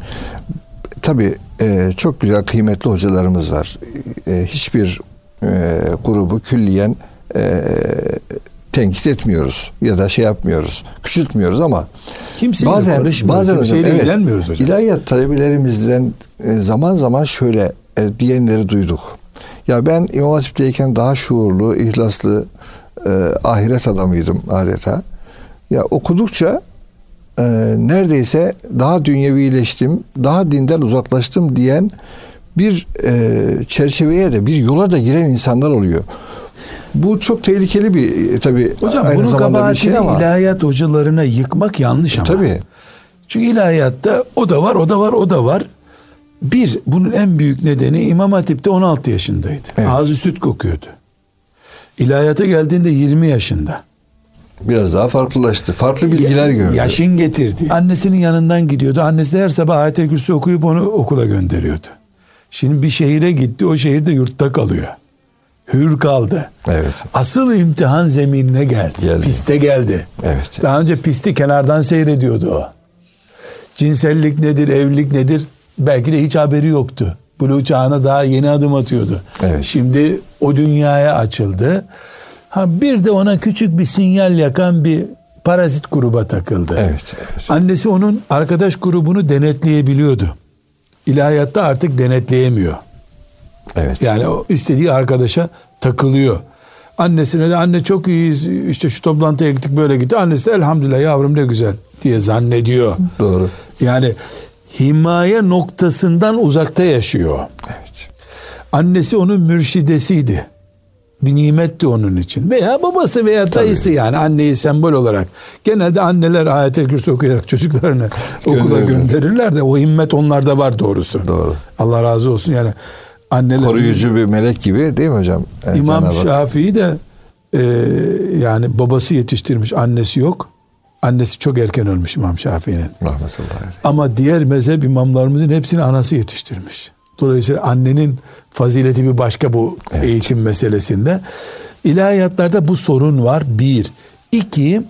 Tabii e, çok güzel kıymetli hocalarımız var. E, hiçbir e, grubu külliyen e, tenkit etmiyoruz ya da şey yapmıyoruz, küçültmüyoruz ama Kimseyle bazen karışmıyoruz, bazen hocam, kimseyle evet, ilgilenmiyoruz hocam. İlahiyat talebelerimizden e, zaman zaman şöyle e, diyenleri duyduk. Ya ben İmam Hatip'teyken daha şuurlu, ihlaslı, e, ahiret adamıydım adeta. Ya okudukça e, neredeyse daha dünyevileştim, daha dinden uzaklaştım diyen bir e, çerçeveye de, bir yola da giren insanlar oluyor. Bu çok tehlikeli bir e, tabii Hocam aynı bunun zamanda bir kabahatini şey ama. ilahiyat hocalarına yıkmak yanlış ama. Tabii. Çünkü ilahiyatta o da var, o da var, o da var. Bir, bunun en büyük nedeni İmam Hatip'te on altı yaşındaydı. Evet. Ağzı süt kokuyordu. İlahiyata geldiğinde yirmi yaşında. Biraz daha farklılaştı. Farklı bilgiler gördü. Yaşın getirdi. Annesinin yanından gidiyordu. Annesi de her sabah Ayet-el Kürsi okuyup onu okula gönderiyordu. Şimdi bir şehire gitti. O şehirde yurtta kalıyor. Hür kaldı. Evet. Asıl imtihan zeminine geldi. Geldi. Piste geldi. Evet. Daha önce pisti kenardan seyrediyordu o. Cinsellik nedir, evlilik nedir? Belki de hiç haberi yoktu. Buluğ çağına daha yeni adım atıyordu. Evet. Şimdi o dünyaya açıldı. Ha bir de ona küçük bir sinyal yakan bir parazit gruba takıldı. Evet, evet. Annesi onun arkadaş grubunu denetleyebiliyordu. İlahiyatta artık denetleyemiyor. Evet. Yani o istediği arkadaşa takılıyor. Annesine de anne çok iyiyiz, işte şu toplantıya gittik böyle gitti. Annesi de elhamdülillah yavrum ne güzel diye zannediyor. Doğru. Yani himaye noktasından uzakta yaşıyor. Evet. Annesi onun mürşidesiydi. Bir nimetti onun için. Veya babası veya dayısı, tabii. Yani anneyi sembol olarak. Genelde anneler ayet-el kürsü okuyarak çocuklarını okula gönderirler de o himmet onlarda var doğrusu. Doğru. Allah razı olsun yani. Anneler koruyucu bir melek gibi değil mi hocam? Evet, İmam Şafii de e, yani babası yetiştirmiş, annesi yok. Annesi çok erken ölmüş İmam Şafii'nin. Rahmetullahi. Ama diğer mezhep imamlarımızın hepsini anası yetiştirmiş. Dolayısıyla annenin fazileti bir başka bu, evet. Eğitim meselesinde. İlahiyatlarda bu sorun var. Bir. İki,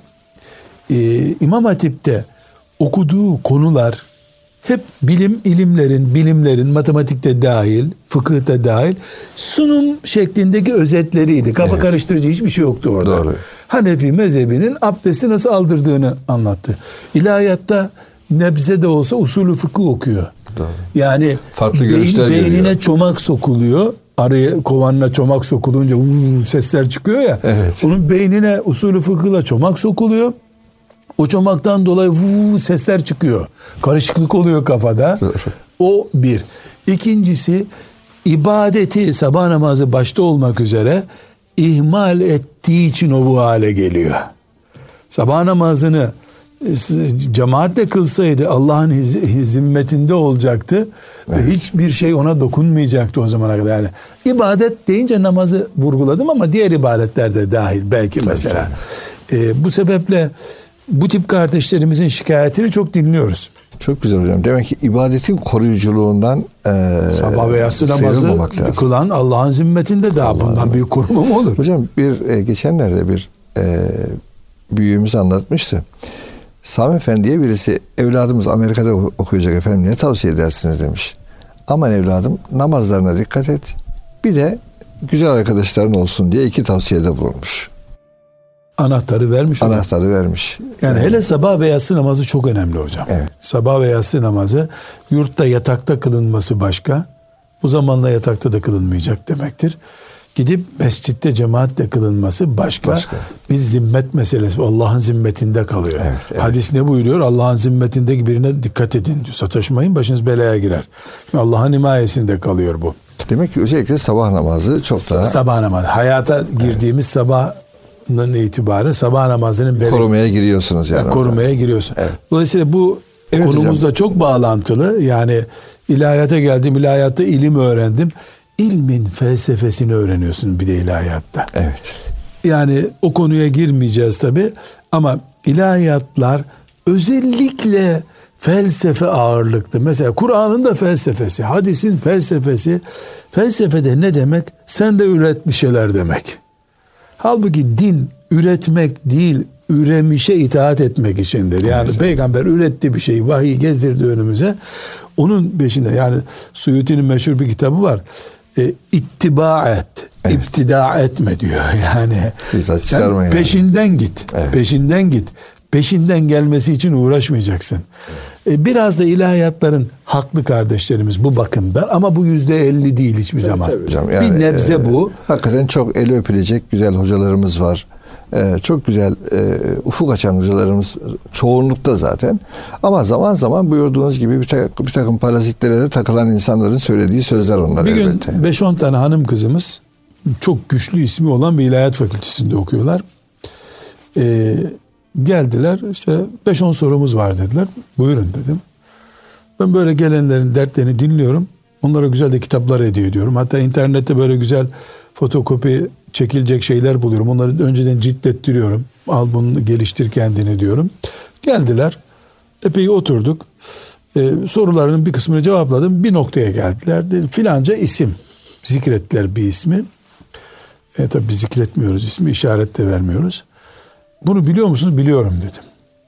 e, İmam Hatip'te okuduğu konular hep bilim ilimlerin, bilimlerin, matematikte dahil, fıkıhta dahil sunum şeklindeki özetleriydi. Kafa evet. Karıştırıcı hiçbir şey yoktu orada. Doğru. Hanefi mezhebinin abdesti nasıl aldırdığını anlattı. İlahiyatta nebze de olsa usulü fıkıh okuyor. Doğru. Yani farklı görüşler beyin, beynine görüyor. çomak sokuluyor. Araya kovanına çomak sokulunca uu, sesler çıkıyor ya. Evet. Onun beynine usulü fıkıhla çomak sokuluyor. O çomaktan dolayı vuu, sesler çıkıyor. Karışıklık oluyor kafada. Doğru. O bir. İkincisi ibadeti, sabah namazı başta olmak üzere ihmal ettiği için o bu hale geliyor. Sabah namazını cemaatle kılsaydı Allah'ın hizmetinde olacaktı. Evet. Ve hiçbir şey ona dokunmayacaktı o zamana kadar. Yani ibadet deyince namazı vurguladım ama diğer ibadetler de dahil belki mesela. Ee, bu sebeple bu tip kardeşlerimizin şikayetini çok dinliyoruz. Çok güzel hocam. Demek ki ibadetin koruyuculuğundan e, sabah ve yatsı namazı kılan Allah'ın zimmetinde, daha Allah bundan Allah. Büyük koruma mı olur? Hocam bir e, geçenlerde bir e, büyüğümüz anlatmıştı. Sami Efendi'ye birisi evladımız Amerika'da okuyacak efendim ne tavsiye edersiniz demiş. Aman evladım namazlarına dikkat et. Bir de güzel arkadaşların olsun diye iki tavsiyede bulunmuş. Anahtarı vermiş. Anahtarı hocam. vermiş. Yani evet. Hele sabah ve yatsı namazı çok önemli hocam. Evet. Sabah ve yatsı namazı yurtta yatakta kılınması başka. O zamanla yatakta da kılınmayacak demektir. Gidip mescitte cemaatle kılınması başka. başka. Bir zimmet meselesi. Allah'ın zimmetinde kalıyor. Evet, evet. Hadis ne buyuruyor? Allah'ın zimmetindeki birine dikkat edin diyor. Sataşmayın, başınız belaya girer. Şimdi Allah'ın himayesinde kalıyor bu. Demek ki özellikle sabah namazı çok daha... Sabah namazı. Hayata girdiğimiz evet. sabah itibaren sabah namazının beli, korumaya giriyorsunuz yani. Korumaya orada. giriyorsun. Evet. Dolayısıyla bu evet konumuzla hocam. çok bağlantılı. Yani ilahiyata geldim, ilahiyatta ilim öğrendim. İlmin felsefesini öğreniyorsun bir de ilahiyatta. Evet. Yani o konuya girmeyeceğiz tabii ama ilahiyatlar özellikle felsefe ağırlıklı. Mesela Kur'an'ın da felsefesi, hadisin felsefesi. Felsefede ne demek? Sen de üret bir şeyler demek. Halbuki din üretmek değil, üremişe itaat etmek içindir. Yani evet. Peygamber üretti bir şey, vahiy gezdirdi önümüze. Onun peşinde, yani Suyuti'nin meşhur bir kitabı var. E, ittiba et, evet. iptida etme diyor. Yani sen peşinden yani. git, evet. peşinden git. Peşinden gelmesi için uğraşmayacaksın. Evet. E, biraz da ilahiyatların haklı kardeşlerimiz bu bakımdan ama bu yüzde elli değil hiçbir evet, zaman. Hocam, yani, bir nebze e, bu. Hakikaten çok eli öpülecek güzel hocalarımız var. Ee, çok güzel e, ufuk açan hocalarımız çoğunlukta zaten. Ama zaman zaman buyurduğunuz gibi bir, ta, bir takım parazitlere de takılan insanların söylediği sözler onlar. Bir elbette. gün beş on tane hanım kızımız çok güçlü ismi olan bir ilahiyat fakültesinde okuyorlar. Ee, geldiler, işte beş on sorumuz var dediler. Buyurun dedim. Ben böyle gelenlerin dertlerini dinliyorum. Onlara güzel de kitaplar hediye ediyorum. Hatta internette böyle güzel fotokopi çekilecek şeyler buluyorum. Onları önceden ciltlettiriyorum. Al bunu geliştir kendini diyorum. Geldiler. Epey oturduk. Ee, sorularının bir kısmını cevapladım. Bir noktaya geldiler. Dedi, filanca isim. Zikrettiler bir ismi. E, tabii zikretmiyoruz ismi. İşaret de vermiyoruz. Bunu biliyor musunuz? Biliyorum dedim.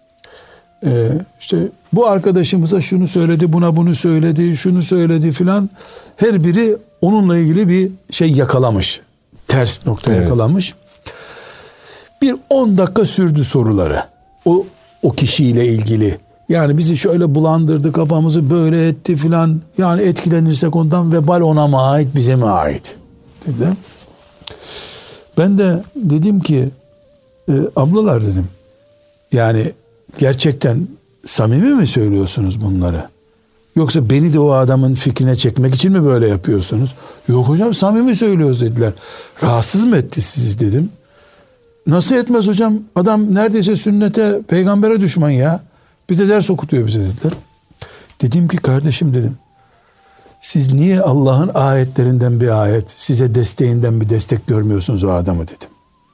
Ee, işte bu arkadaşımıza şunu söyledi, buna bunu söyledi, şunu söyledi filan. Her biri onunla ilgili bir şey yakalamış. Ters nokta evet. yakalamış. Bir on dakika sürdü soruları. O o kişiyle ilgili Yani bizi şöyle bulandırdı, kafamızı böyle etti filan. Yani etkilenirsek ondan vebal ona mı ait, bize mi ait? Dedi. Ben de dedim ki e, ablalar dedim. Yani gerçekten samimi mi söylüyorsunuz bunları? Yoksa beni de o adamın fikrine çekmek için mi böyle yapıyorsunuz? Yok hocam, samimi söylüyoruz dediler. Rahatsız mı etti sizi dedim. Nasıl etmez hocam? Adam neredeyse sünnete, peygambere düşman ya. Bir de ders okutuyor bize dediler. Dedim ki kardeşim dedim. Siz niye Allah'ın ayetlerinden bir ayet, size desteğinden bir destek görmüyorsunuz o adamı dedim.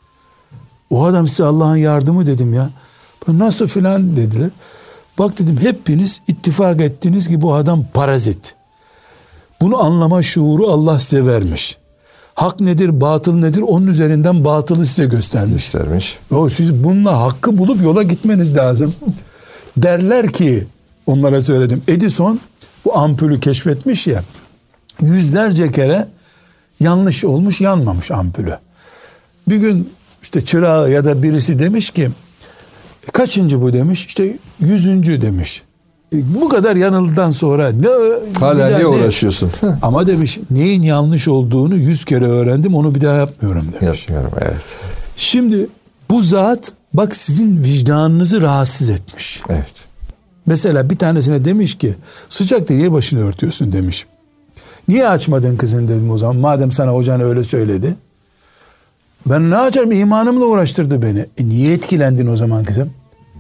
O adam size Allah'ın yardımı dedim ya. Nasıl filan dediler. Bak dedim, hepiniz ittifak ettiniz ki bu adam parazit. Bunu anlama şuuru Allah size vermiş. Hak nedir, batıl nedir, onun üzerinden batılı size göstermiş. Göstermiş. O, siz bununla hakkı bulup yola gitmeniz lazım. Derler ki, onlara söyledim, Edison bu ampulü keşfetmiş ya, yüzlerce kere yanlış olmuş, yanmamış ampulü. Bir gün işte çırağı ya da birisi demiş ki, kaçıncı bu demiş, işte yüzüncü demiş. Bu kadar yanıldıktan sonra ne hala niye ne, uğraşıyorsun? Ama demiş, neyin yanlış olduğunu yüz kere öğrendim, onu bir daha yapmıyorum demiş. Yapmıyorum, evet. Şimdi bu zat bak sizin vicdanınızı rahatsız etmiş. Evet. Mesela bir tanesine demiş ki, sıcakta niye başını örtüyorsun demiş. Niye açmadın kızın dedim o zaman, madem sana hocan öyle söyledi. Ben ne açarım, imanımla uğraştırdı beni. E niye etkilendin o zaman kızım?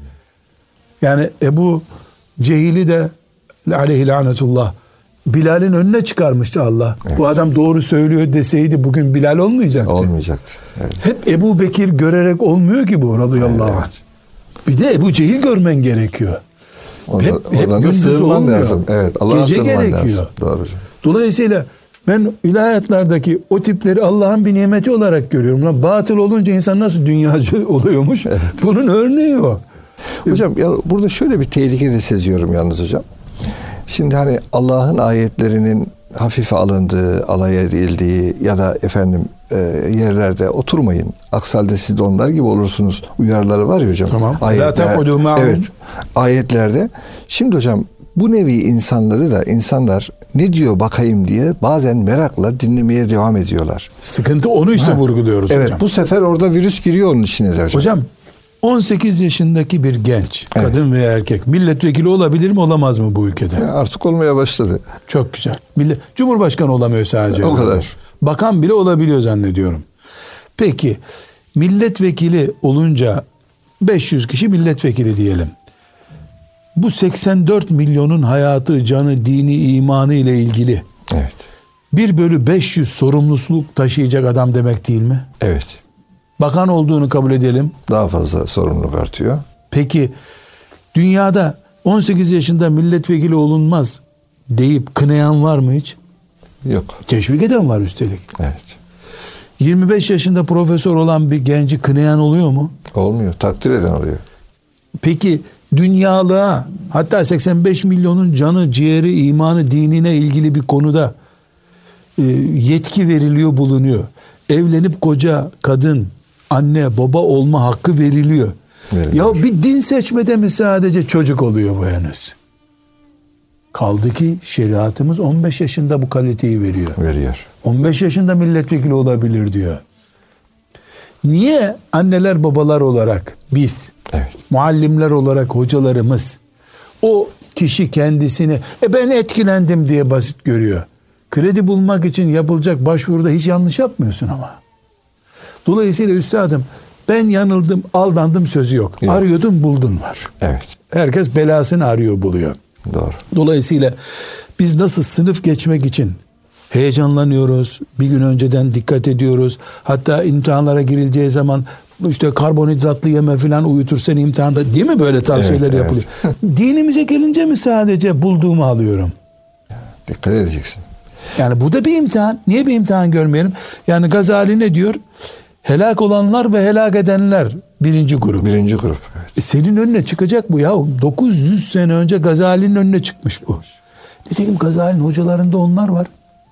Yani Ebu Cehil'i de aleyhi lanetullah Bilal'in önüne çıkarmıştı Allah. Evet. Bu adam doğru söylüyor deseydi bugün Bilal olmayacaktı. Olmayacaktı. Evet. Hep Ebu Bekir görerek olmuyor ki bu radıyallahu evet. anh. Bir de Ebu Cehil görmen gerekiyor. O hep da, hep da sığınman lazım. Evet, Allah'a Gece sığınman gerekiyor. lazım. Doğru. Dolayısıyla ben ilahiyatlardaki o tipleri Allah'ın bir nimeti olarak görüyorum. Lan batıl olunca insan nasıl dünyacı oluyormuş? Evet. Bunun örneği o. Hocam ya burada şöyle bir tehlike de seziyorum yalnız hocam. Şimdi hani Allah'ın ayetlerinin hafife alındığı, alay edildiği ya da efendim e, yerlerde oturmayın. Aksi halde siz de onlar gibi olursunuz uyarıları var ya hocam. Tamam. Ayetler, evet. Ayetlerde. Şimdi hocam bu nevi insanları da insanlar ne diyor bakayım diye bazen merakla dinlemeye devam ediyorlar. Sıkıntı onu işte ha. vurguluyoruz evet, hocam. Bu sefer orada virüs giriyor onun içine de hocam. Hocam on sekiz yaşındaki bir genç, evet. kadın veya erkek milletvekili olabilir mi olamaz mı bu ülkede? Ya artık olmaya başladı. Çok güzel. Millet, Cumhurbaşkanı olamıyor sadece. O kadar. Bakan bile olabiliyor zannediyorum. Peki milletvekili olunca beş yüz kişi milletvekili diyelim. Bu seksen dört milyonun hayatı, canı, dini, imanı ile ilgili. Evet. bir bölü beş yüz sorumluluk taşıyacak adam demek değil mi? Evet. Bakan olduğunu kabul edelim. Daha fazla sorumluluk artıyor. Peki dünyada on sekiz yaşında milletvekili olunmaz deyip kınayan var mı hiç? Yok. Teşvik eden var üstelik. Evet. yirmi beş yaşında profesör olan bir genci kınayan oluyor mu? Olmuyor. Takdir eden oluyor. Peki dünyalığa, hatta seksen beş milyonun canı, ciğeri, imanı, dinine ilgili bir konuda e, yetki veriliyor, bulunuyor. Evlenip koca, kadın, anne, baba olma hakkı veriliyor. Veriliyor. Ya bir din seçmede mi sadece çocuk oluyor bu henüz? Kaldı ki şeriatımız on beş yaşında bu kaliteyi veriyor. Veriyor. on beş yaşında milletvekili olabilir diyor. Niye anneler babalar olarak biz, evet. muallimler olarak hocalarımız o kişi kendisini e ben etkilendim diye basit görüyor. Kredi bulmak için yapılacak başvuruda hiç yanlış yapmıyorsun ama. Dolayısıyla üstadım ben yanıldım, aldandım sözü yok. yok. Arıyordun, buldun var. Evet. Herkes belasını arıyor, buluyor. Doğru. Dolayısıyla biz nasıl sınıf geçmek için heyecanlanıyoruz, bir gün önceden dikkat ediyoruz. Hatta imtihanlara girileceği zaman işte karbonhidratlı yeme falan uyutur seni imtihanda, değil mi, böyle tavsiyeler evet, yapılıyor. Evet. Dinimize gelince mi sadece bulduğumu alıyorum? Dikkat edeceksin. Yani bu da bir imtihan. Niye bir imtihan görmeyelim? Yani Gazali ne diyor? Helak olanlar ve helak edenler birinci grup. Birinci grup. Evet. E senin önüne çıkacak bu ya. dokuz yüz sene önce Gazali'nin önüne çıkmış bu. Nitekim Gazali'nin hocalarında onlar var.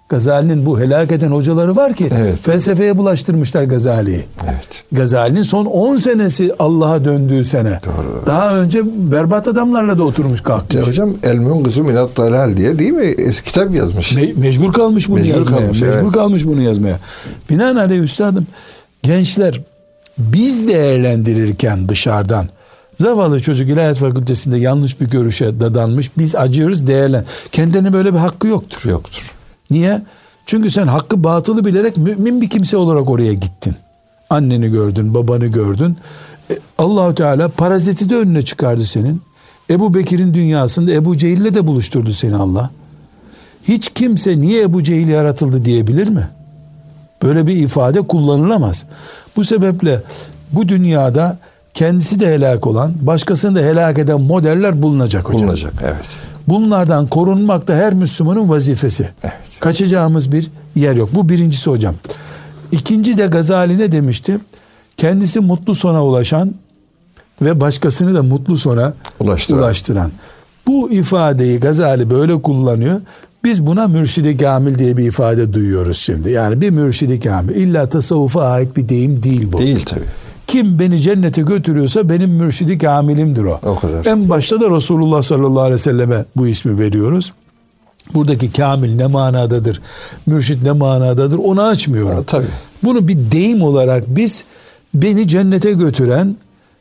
Gazali'nin bu helak eden hocaları var ki evet. felsefeye bulaştırmışlar Gazali'yi. Evet. Gazali'nin son on senesi Allah'a döndüğü sene. Doğru. Daha önce berbat adamlarla da oturmuş kalkmış. Hocam El Kızı Minat Dalal diye değil mi? Eski kitap yazmış. Me- mecbur kalmış bunu mecbur yazmaya. Kalmış, mecbur evet. kalmış bunu yazmaya. Binaenaleyh üstadım, gençler biz değerlendirirken dışarıdan zavallı çocuk İlahiyat Fakültesi'nde yanlış bir görüşe dadanmış. Biz acıyoruz, değerlen. Kendine böyle bir hakkı yoktur. Yoktur. Niye? Çünkü sen hakkı batılı bilerek mümin bir kimse olarak oraya gittin. Anneni gördün, babanı gördün. E, Allah-u Teala paraziti de önüne çıkardı senin. Ebu Bekir'in dünyasında Ebu Cehil'le de buluşturdu seni Allah. Hiç kimse niye Ebu Cehil yaratıldı diyebilir mi? Böyle bir ifade kullanılamaz. Bu sebeple bu dünyada kendisi de helak olan, başkasını da helak eden modeller bulunacak hocam. Bulunacak, evet. Bunlardan korunmak da her Müslümanın vazifesi. Evet. Kaçacağımız bir yer yok. Bu birincisi hocam. İkinci de Gazali ne demişti? Kendisi mutlu sona ulaşan ve başkasını da mutlu sona ulaştıran. ulaştıran. Bu ifadeyi Gazali böyle kullanıyor. Biz buna mürşid-i kamil diye bir ifade duyuyoruz şimdi. Yani bir mürşid-i kamil. İlla tasavvufa ait bir deyim değil bu. Değil tabii. Kim beni cennete götürüyorsa benim mürşid-i kamilimdir o. O kadar. En başta da Resulullah sallallahu aleyhi ve selleme bu ismi veriyoruz. Buradaki kamil ne manadadır? Mürşid ne manadadır? Onu açmıyorum. Ha, tabii. Bunu bir deyim olarak biz beni cennete götüren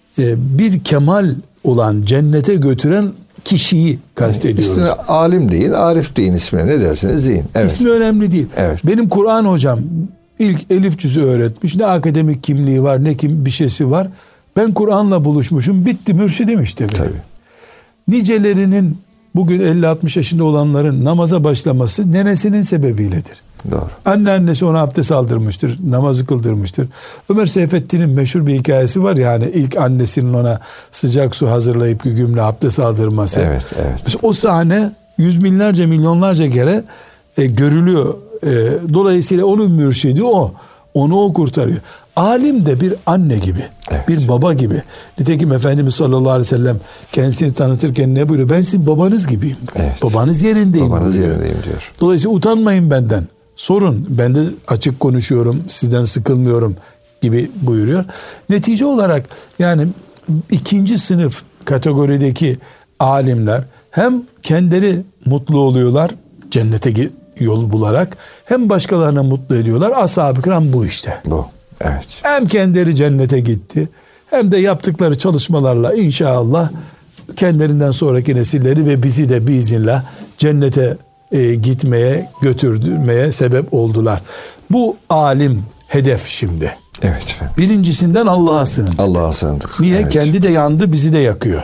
bir kemal olan, cennete götüren kişiyi kastediyoruz. İsmine alim deyin, arif deyin, ismine ne dersiniz deyin. Evet. İsmi önemli değil. Evet. Benim Kur'an hocam ilk elif cüzü öğretmiş. Ne akademik kimliği var, ne kim bir şeysi var. Ben Kur'an'la buluşmuşum. Bitti, mürşidim işte benim. Tabii. Nicelerinin bugün elli altmış yaşında olanların namaza başlaması nenesinin sebebiyledir. Doğru. Anneannesi ona abdest aldırmıştır, namazı kıldırmıştır. Ömer Seyfettin'in meşhur bir hikayesi var ya, hani ilk annesinin ona sıcak su hazırlayıp gügümle abdest aldırması. Evet, evet. O sahne yüz binlerce, milyonlarca kere e, görülüyor. E, dolayısıyla onun mürşidi o. Onu o kurtarıyor. Alim de bir anne gibi, evet. bir baba gibi. Nitekim Efendimiz sallallahu aleyhi ve sellem kendisini tanıtırken ne buyuruyor? Ben sizin babanız gibiyim. Evet. Babanız yerindeyim. Babanız buyuruyor. yerindeyim diyor. Dolayısıyla utanmayın benden. Sorun. Ben de açık konuşuyorum. Sizden sıkılmıyorum gibi buyuruyor. Netice olarak yani ikinci sınıf kategorideki alimler hem kendileri mutlu oluyorlar cennete yol bularak, hem başkalarına mutlu ediyorlar. Ashab-ı kiram bu işte. Bu. Evet. Hem kendileri cennete gitti, hem de yaptıkları çalışmalarla inşallah kendilerinden sonraki nesilleri ve bizi de biiznillah cennete e, gitmeye, götürmeye sebep oldular. Bu alim hedef şimdi. Evet efendim. Birincisinden Allah'a sığındık. Allah'a sığındık. Niye? Evet. Kendi de yandı, bizi de yakıyor.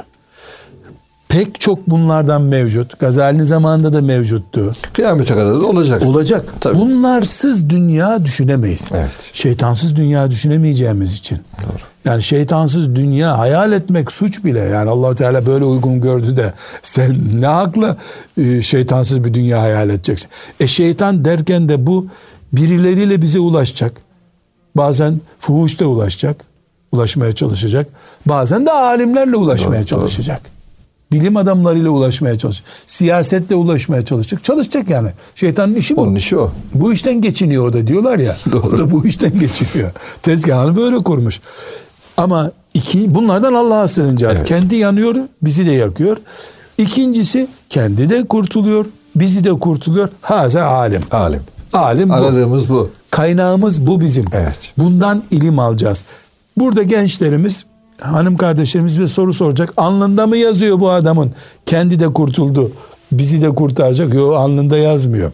Pek çok bunlardan mevcut. Gazali'nin zamanında da mevcuttu. Kıyamete kadar da olacak. Olacak. Tabii. Bunlarsız dünya düşünemeyiz. Evet. Şeytansız dünya düşünemeyeceğimiz için. Doğru. Yani şeytansız dünya hayal etmek suç bile. Yani Allah Teala böyle uygun gördü de sen ne hakla e, şeytansız bir dünya hayal edeceksin? E şeytan derken de bu birileriyle bize ulaşacak. Bazen fuhuşla ulaşacak. Ulaşmaya çalışacak. Bazen de alimlerle ulaşmaya Doğru, çalışacak. Doğru. Bilim adamlarıyla ulaşmaya çalışacak. Siyasetle ulaşmaya çalışacak. Çalışacak yani. Şeytanın işi bu. Onun işi o. Bu işten geçiniyor o da diyorlar ya. Doğru. O da bu işten geçiniyor. Tezgahını böyle kurmuş. Ama iki, bunlardan Allah'a sığınacağız. Evet. Kendi yanıyor, bizi de yakıyor. İkincisi kendi de kurtuluyor, bizi de kurtuluyor. Haza alim. Alim. Alim bu. Aradığımız bu. Kaynağımız bu bizim. Evet. Bundan ilim alacağız. Burada gençlerimiz, hanım kardeşlerimiz bir soru soracak. Alnında mı yazıyor bu adamın? Kendi de kurtuldu, bizi de kurtaracak. Yok, alnında yazmıyor.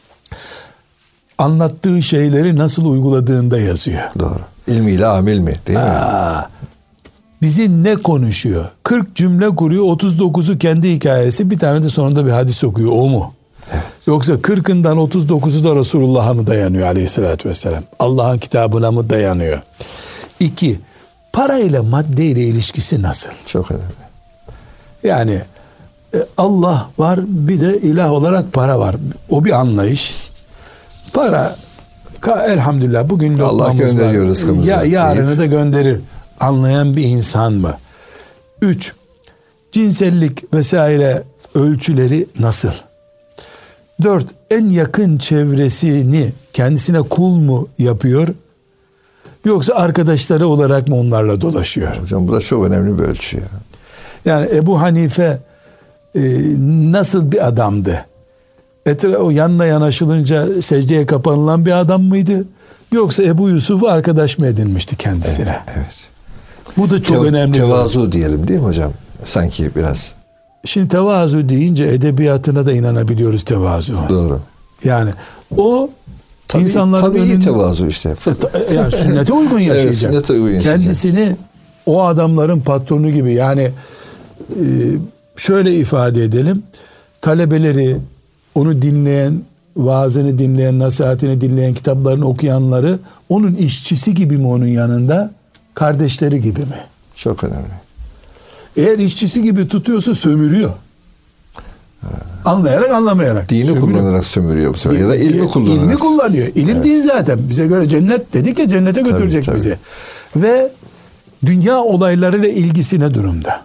Anlattığı şeyleri nasıl uyguladığında yazıyor. Doğru. İlmiyle amil mi? Değil mi? Aa, bizi ne konuşuyor? kırk cümle kuruyor, otuz dokuzu kendi hikayesi, bir tane de sonunda bir hadis okuyor. O mu? Evet. Yoksa kırkından otuz dokuzu da Resulullah'a mı dayanıyor aleyhissalatü vesselam? Allah'ın kitabına mı dayanıyor? İki, parayla maddeyle ilişkisi nasıl? Çok önemli. Yani Allah var, bir de ilah olarak para var. O bir anlayış. Para elhamdülillah bugün Allah gönderiyor rızkımızı. Ya yarını da gönderir. Anlayan bir insan mı? Üç, cinsellik vesaire ölçüleri nasıl? Dört, en yakın çevresini kendisine kul mu yapıyor? Yoksa arkadaşları olarak mı onlarla dolaşıyor? Hocam bu da çok önemli bir ölçü ya. Yani Ebu Hanife e, nasıl bir adamdı? Etra o yanına yanaşılınca secdeye kapanılan bir adam mıydı? Yoksa Ebu Yusuf'u arkadaş mı edinmişti kendisine? Evet. evet. Bu da çok Tev- önemli. Tevazu diyelim değil mi hocam? Sanki biraz. Şimdi tevazu deyince edebiyatına da inanabiliyoruz tevazu. Doğru. Yani o Tabii, insanların tabii önünde, tevazu işte. yani sünnete uygun yaşayacak. Evet, sünnete uygun yaşayacak. Kendisini o adamların patronu gibi, yani e, şöyle ifade edelim. Talebeleri, onu dinleyen, vaazını dinleyen, nasihatini dinleyen, kitaplarını okuyanları onun işçisi gibi mi onun yanında? Kardeşleri gibi mi? Çok önemli. Eğer işçisi gibi tutuyorsa sömürüyor. Ha. Anlayarak anlamayarak. Dini sömürüyor. kullanarak sömürüyor bu sefer. Ya da ilmi kullanarak. İlmi kullanıyor. İlim evet. Değil zaten. Bize göre cennet dedik ya, cennete tabii, götürecek tabii. bizi. Ve dünya olaylarıyla ilgisi ne durumda?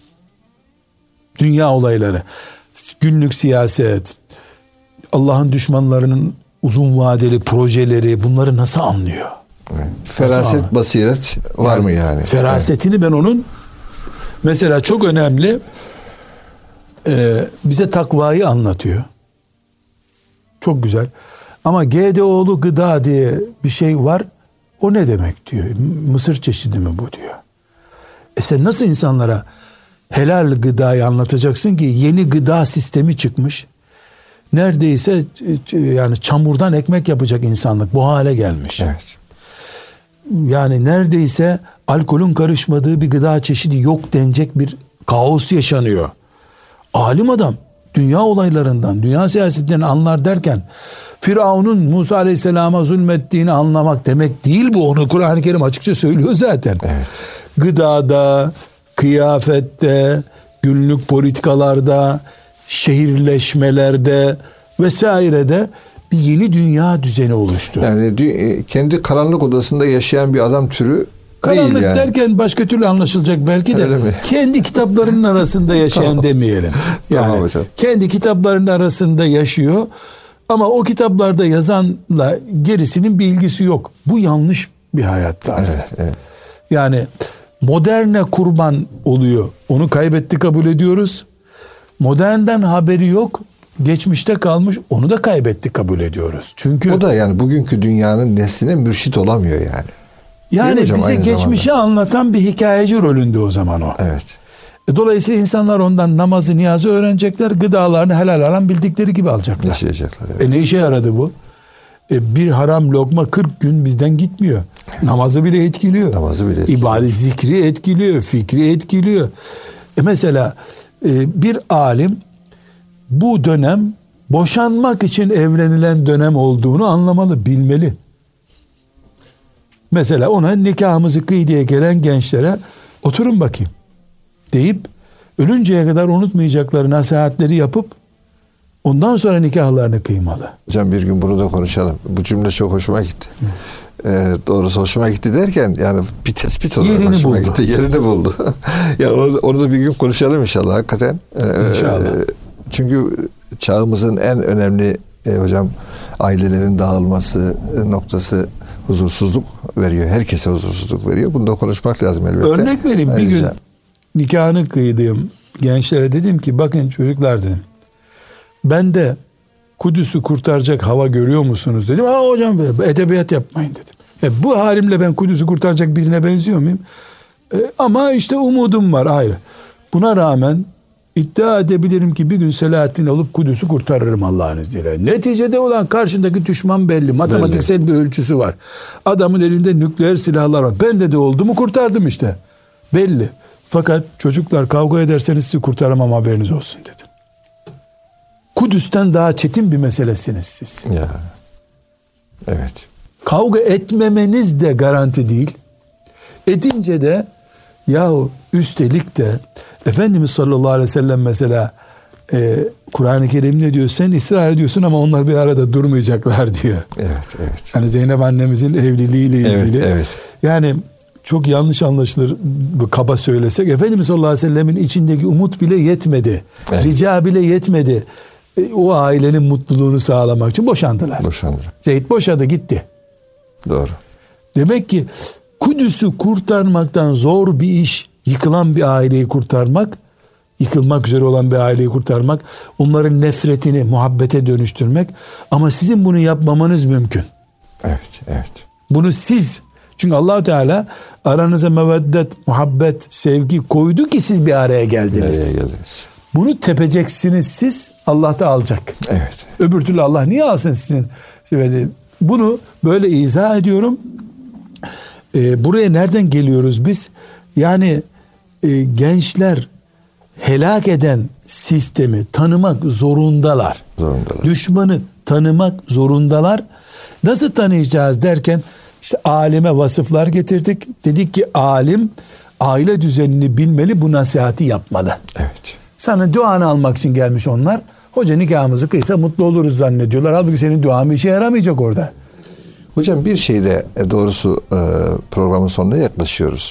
Dünya olayları. Günlük siyaset, Allah'ın düşmanlarının uzun vadeli projeleri, bunları nasıl anlıyor? Evet. Feraset, nasıl basiret var yani, mı yani? Ferasetini evet. Ben onun mesela çok önemli, e, bize takvayı anlatıyor. Çok güzel. Ama G D O'lu gıda diye bir şey var. O ne demek diyor. Mısır çeşidi mi bu diyor. E sen nasıl insanlara helal gıdayı anlatacaksın ki yeni gıda sistemi çıkmış. Neredeyse yani çamurdan ekmek yapacak insanlık bu hale gelmiş. Evet. Yani neredeyse alkolün karışmadığı bir gıda çeşidi yok denecek bir kaos yaşanıyor. Alim adam dünya olaylarından, dünya siyasetinden anlar derken Firavun'un Musa Aleyhisselam'a zulmettiğini anlamak demek değil bu. Onu Kur'an-ı Kerim açıkça söylüyor zaten. Evet. Gıdada, kıyafette, günlük politikalarda, şehirleşmelerde vesairede bir yeni dünya düzeni oluştu. Yani kendi karanlık odasında yaşayan bir adam türü karanlık değil yani. Derken başka türlü anlaşılacak belki de. Kendi kitaplarının arasında yaşayan tamam. demeyelim. Yani tamam hocam. Kendi kitaplarının arasında yaşıyor ama o kitaplarda yazanla gerisinin bir ilgisi yok. Bu yanlış bir hayat tarzı. Evet, evet. Yani moderne kurban oluyor. Onu kaybetti kabul ediyoruz. Modernden haberi yok. Geçmişte kalmış, onu da kaybetti kabul ediyoruz. Çünkü o da yani bugünkü dünyanın nesline mürşit olamıyor yani. Yani hocam, bize geçmişi zamanda anlatan bir hikayeci rolünde o zaman o. Evet. E, dolayısıyla insanlar ondan namazı, niyazı öğrenecekler, gıdalarını helal haram bildikleri gibi alacaklar. Yaşayacaklar. Evet. E ne işe yaradı bu? E, bir haram lokma kırk gün bizden gitmiyor. Evet. Namazı bile etkiliyor. Namazı bile etkiliyor. İbadet, zikri etkiliyor, fikri etkiliyor. E mesela e, bir alim bu dönem boşanmak için evlenilen dönem olduğunu anlamalı, bilmeli. Mesela ona nikahımızı kıy diye gelen gençlere oturun bakayım deyip ölünceye kadar unutmayacakları nasihatleri yapıp ondan sonra nikahlarını kıymalı. Hocam bir gün bunu da konuşalım. Bu cümle çok hoşuma gitti. Ee, doğrusu hoşuma gitti derken yani bir tespit olarak yerini hoşuma buldu. gitti. Yerini buldu. Yani onu, onu da bir gün konuşalım inşallah hakikaten. Ee, İnşallah. Çünkü çağımızın en önemli e, hocam ailelerin dağılması noktası huzursuzluk veriyor. Herkese huzursuzluk veriyor. Bunu da konuşmak lazım elbette. Örnek vereyim. Ayrıca. Bir gün nikahını kıydığım gençlere dedim ki bakın çocuklar dedim. Ben de Kudüs'ü kurtaracak hava görüyor musunuz dedim. Aa hocam edebiyat yapmayın dedim. E, bu halimle ben Kudüs'ü kurtaracak birine benziyor muyum? E, ama işte umudum var ayrı. Buna rağmen iddia edebilirim ki bir gün Selahaddin olup Kudüs'ü kurtarırım Allah'ın izniyle. Neticede olan karşındaki düşman belli. Matematiksel belli. Bir ölçüsü var. Adamın elinde nükleer silahlar var. Ben de de oldu mu kurtardım işte. Belli. Fakat çocuklar kavga ederseniz sizi kurtaramam haberiniz olsun dedim. Kudüs'ten daha çetin bir meselesiniz siz. Ya. Evet. Kavga etmemeniz de garanti değil. Edince de yahu üstelik de Efendimiz sallallahu aleyhi ve sellem mesela e, Kur'an-ı Kerim ne diyor? Sen ısrar ediyorsun ama onlar bir arada durmayacaklar diyor. Evet, evet. Yani Zeynep annemizin evliliğiyle ilgili. Evet, evet. Yani çok yanlış anlaşılır kaba söylesek. Efendimiz sallallahu aleyhi ve sellemin içindeki umut bile yetmedi. Evet. Rica bile yetmedi. e, o ailenin mutluluğunu sağlamak için boşandılar. Boşandılar. Zeyd boşadı gitti. Doğru. Demek ki Kudüs'ü kurtarmaktan zor bir iş, yıkılan bir aileyi kurtarmak, yıkılmak üzere olan bir aileyi kurtarmak, onların nefretini muhabbete dönüştürmek. Ama sizin bunu yapmamanız mümkün. Evet, evet. Bunu siz, çünkü Allah Teala aranıza meveddet, muhabbet, sevgi koydu ki siz bir araya geldiniz. Nereye geldiniz? Bunu tepeceksiniz siz, Allah da alacak. Evet. Öbür türlü Allah niye alsın sizin? Bunu böyle izah ediyorum. Ee, buraya nereden geliyoruz biz? Yani e, gençler helak eden sistemi tanımak zorundalar. Zorundalar. Düşmanı tanımak zorundalar. Nasıl tanıyacağız derken işte alime vasıflar getirdik. Dedik ki alim aile düzenini bilmeli, bu nasihati yapmalı. Evet. Sana duanı almak için gelmiş onlar. Hoca nikahımızı kıysa mutlu oluruz zannediyorlar. Halbuki senin duan bir işe yaramayacak orada. Hocam bir şeyde doğrusu programın sonuna yaklaşıyoruz.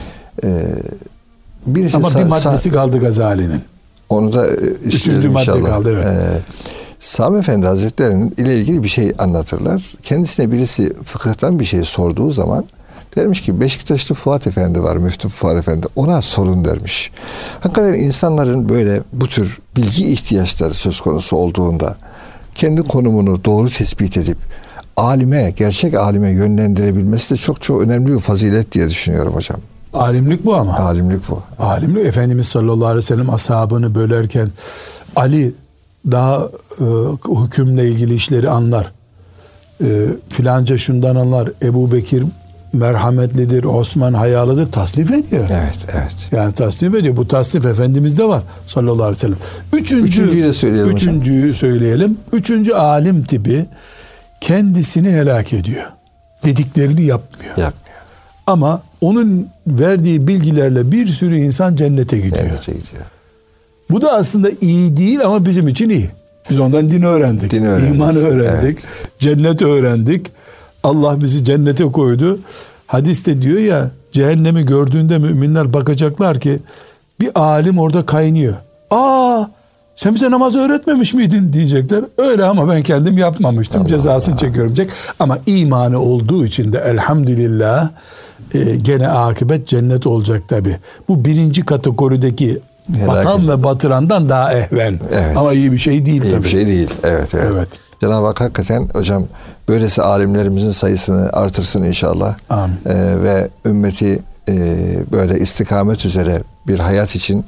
Birisi Ama sa- bir maddesi sa- kaldı Gazali'nin. Onu da Üçüncü madde inşallah. kaldı, evet. Ee, Sami Efendi Hazretleri'nin ile ilgili bir şey anlatırlar. Kendisine birisi fıkıhtan bir şey sorduğu zaman dermiş ki Beşiktaşlı Fuat Efendi var, Müftü Fuat Efendi, ona sorun dermiş. Hakikaten insanların böyle bu tür bilgi ihtiyaçları söz konusu olduğunda kendi konumunu doğru tespit edip alime, gerçek alime yönlendirebilmesi de çok çok önemli bir fazilet diye düşünüyorum hocam. Alimlik bu ama. Alimlik bu. Alimlik, Efendimiz sallallahu aleyhi ve sellem ashabını bölerken Ali daha e, hükümle ilgili işleri anlar. E, filanca şundan anlar. Ebu Bekir merhametlidir, Osman hayalıdır, tasnif ediyor. Evet, evet. Yani tasnif ediyor. Bu tasnif Efendimiz'de var sallallahu aleyhi ve sellem. Üçüncü, Üçüncüyü de söyleyelim Üçüncüyü hocam. söyleyelim. Üçüncü alim tipi kendisini helak ediyor. Dediklerini yapmıyor. Yapmıyor. Ama onun verdiği bilgilerle bir sürü insan cennete gidiyor. Cennete gidiyor. Bu da aslında iyi değil ama bizim için iyi. Biz ondan din öğrendik. Din öğrendik. İman öğrendik. Evet. Cennet öğrendik. Allah bizi cennete koydu. Hadiste diyor ya, cehennemi gördüğünde müminler bakacaklar ki bir alim orada kaynıyor. Aa, sen bize namaz öğretmemiş miydin diyecekler. Öyle ama ben kendim yapmamıştım. Allah Cezasını Allah. çekiyorum diyecek. Ama imanı olduğu için de elhamdülillah e, gene akıbet cennet olacak tabi. Bu birinci kategorideki Helak batan edin. ve batırandan daha ehven. Evet. Ama iyi bir şey değil İyi tabii. bir şey değil. Evet, evet. Evet. Cenab-ı Hak hakikaten hocam böylesi alimlerimizin sayısını artırsın inşallah. Amin. Ee, ve ümmeti e, böyle istikamet üzere bir hayat için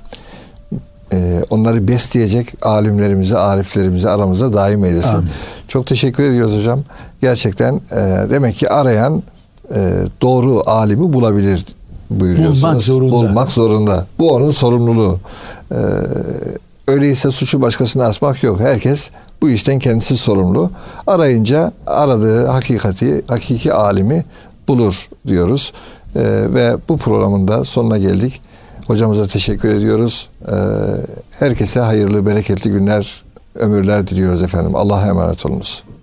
e, onları besleyecek alimlerimizi, ariflerimizi aramızda daim eylesin. Amin. Çok teşekkür ediyoruz hocam. Gerçekten e, demek ki arayan e, doğru alimi bulabilir buyuruyorsunuz. Bulmak zorunda. Bulmak zorunda. Bu onun sorumluluğu. Ee, öyleyse suçu başkasına atmak yok. Herkes bu işten kendisi sorumlu. Arayınca aradığı hakikati, hakiki alimi bulur diyoruz. Ee, ve bu programın da sonuna geldik. Hocamıza teşekkür ediyoruz. Ee, herkese hayırlı, bereketli günler, ömürler diliyoruz efendim. Allah'a emanet olunuz.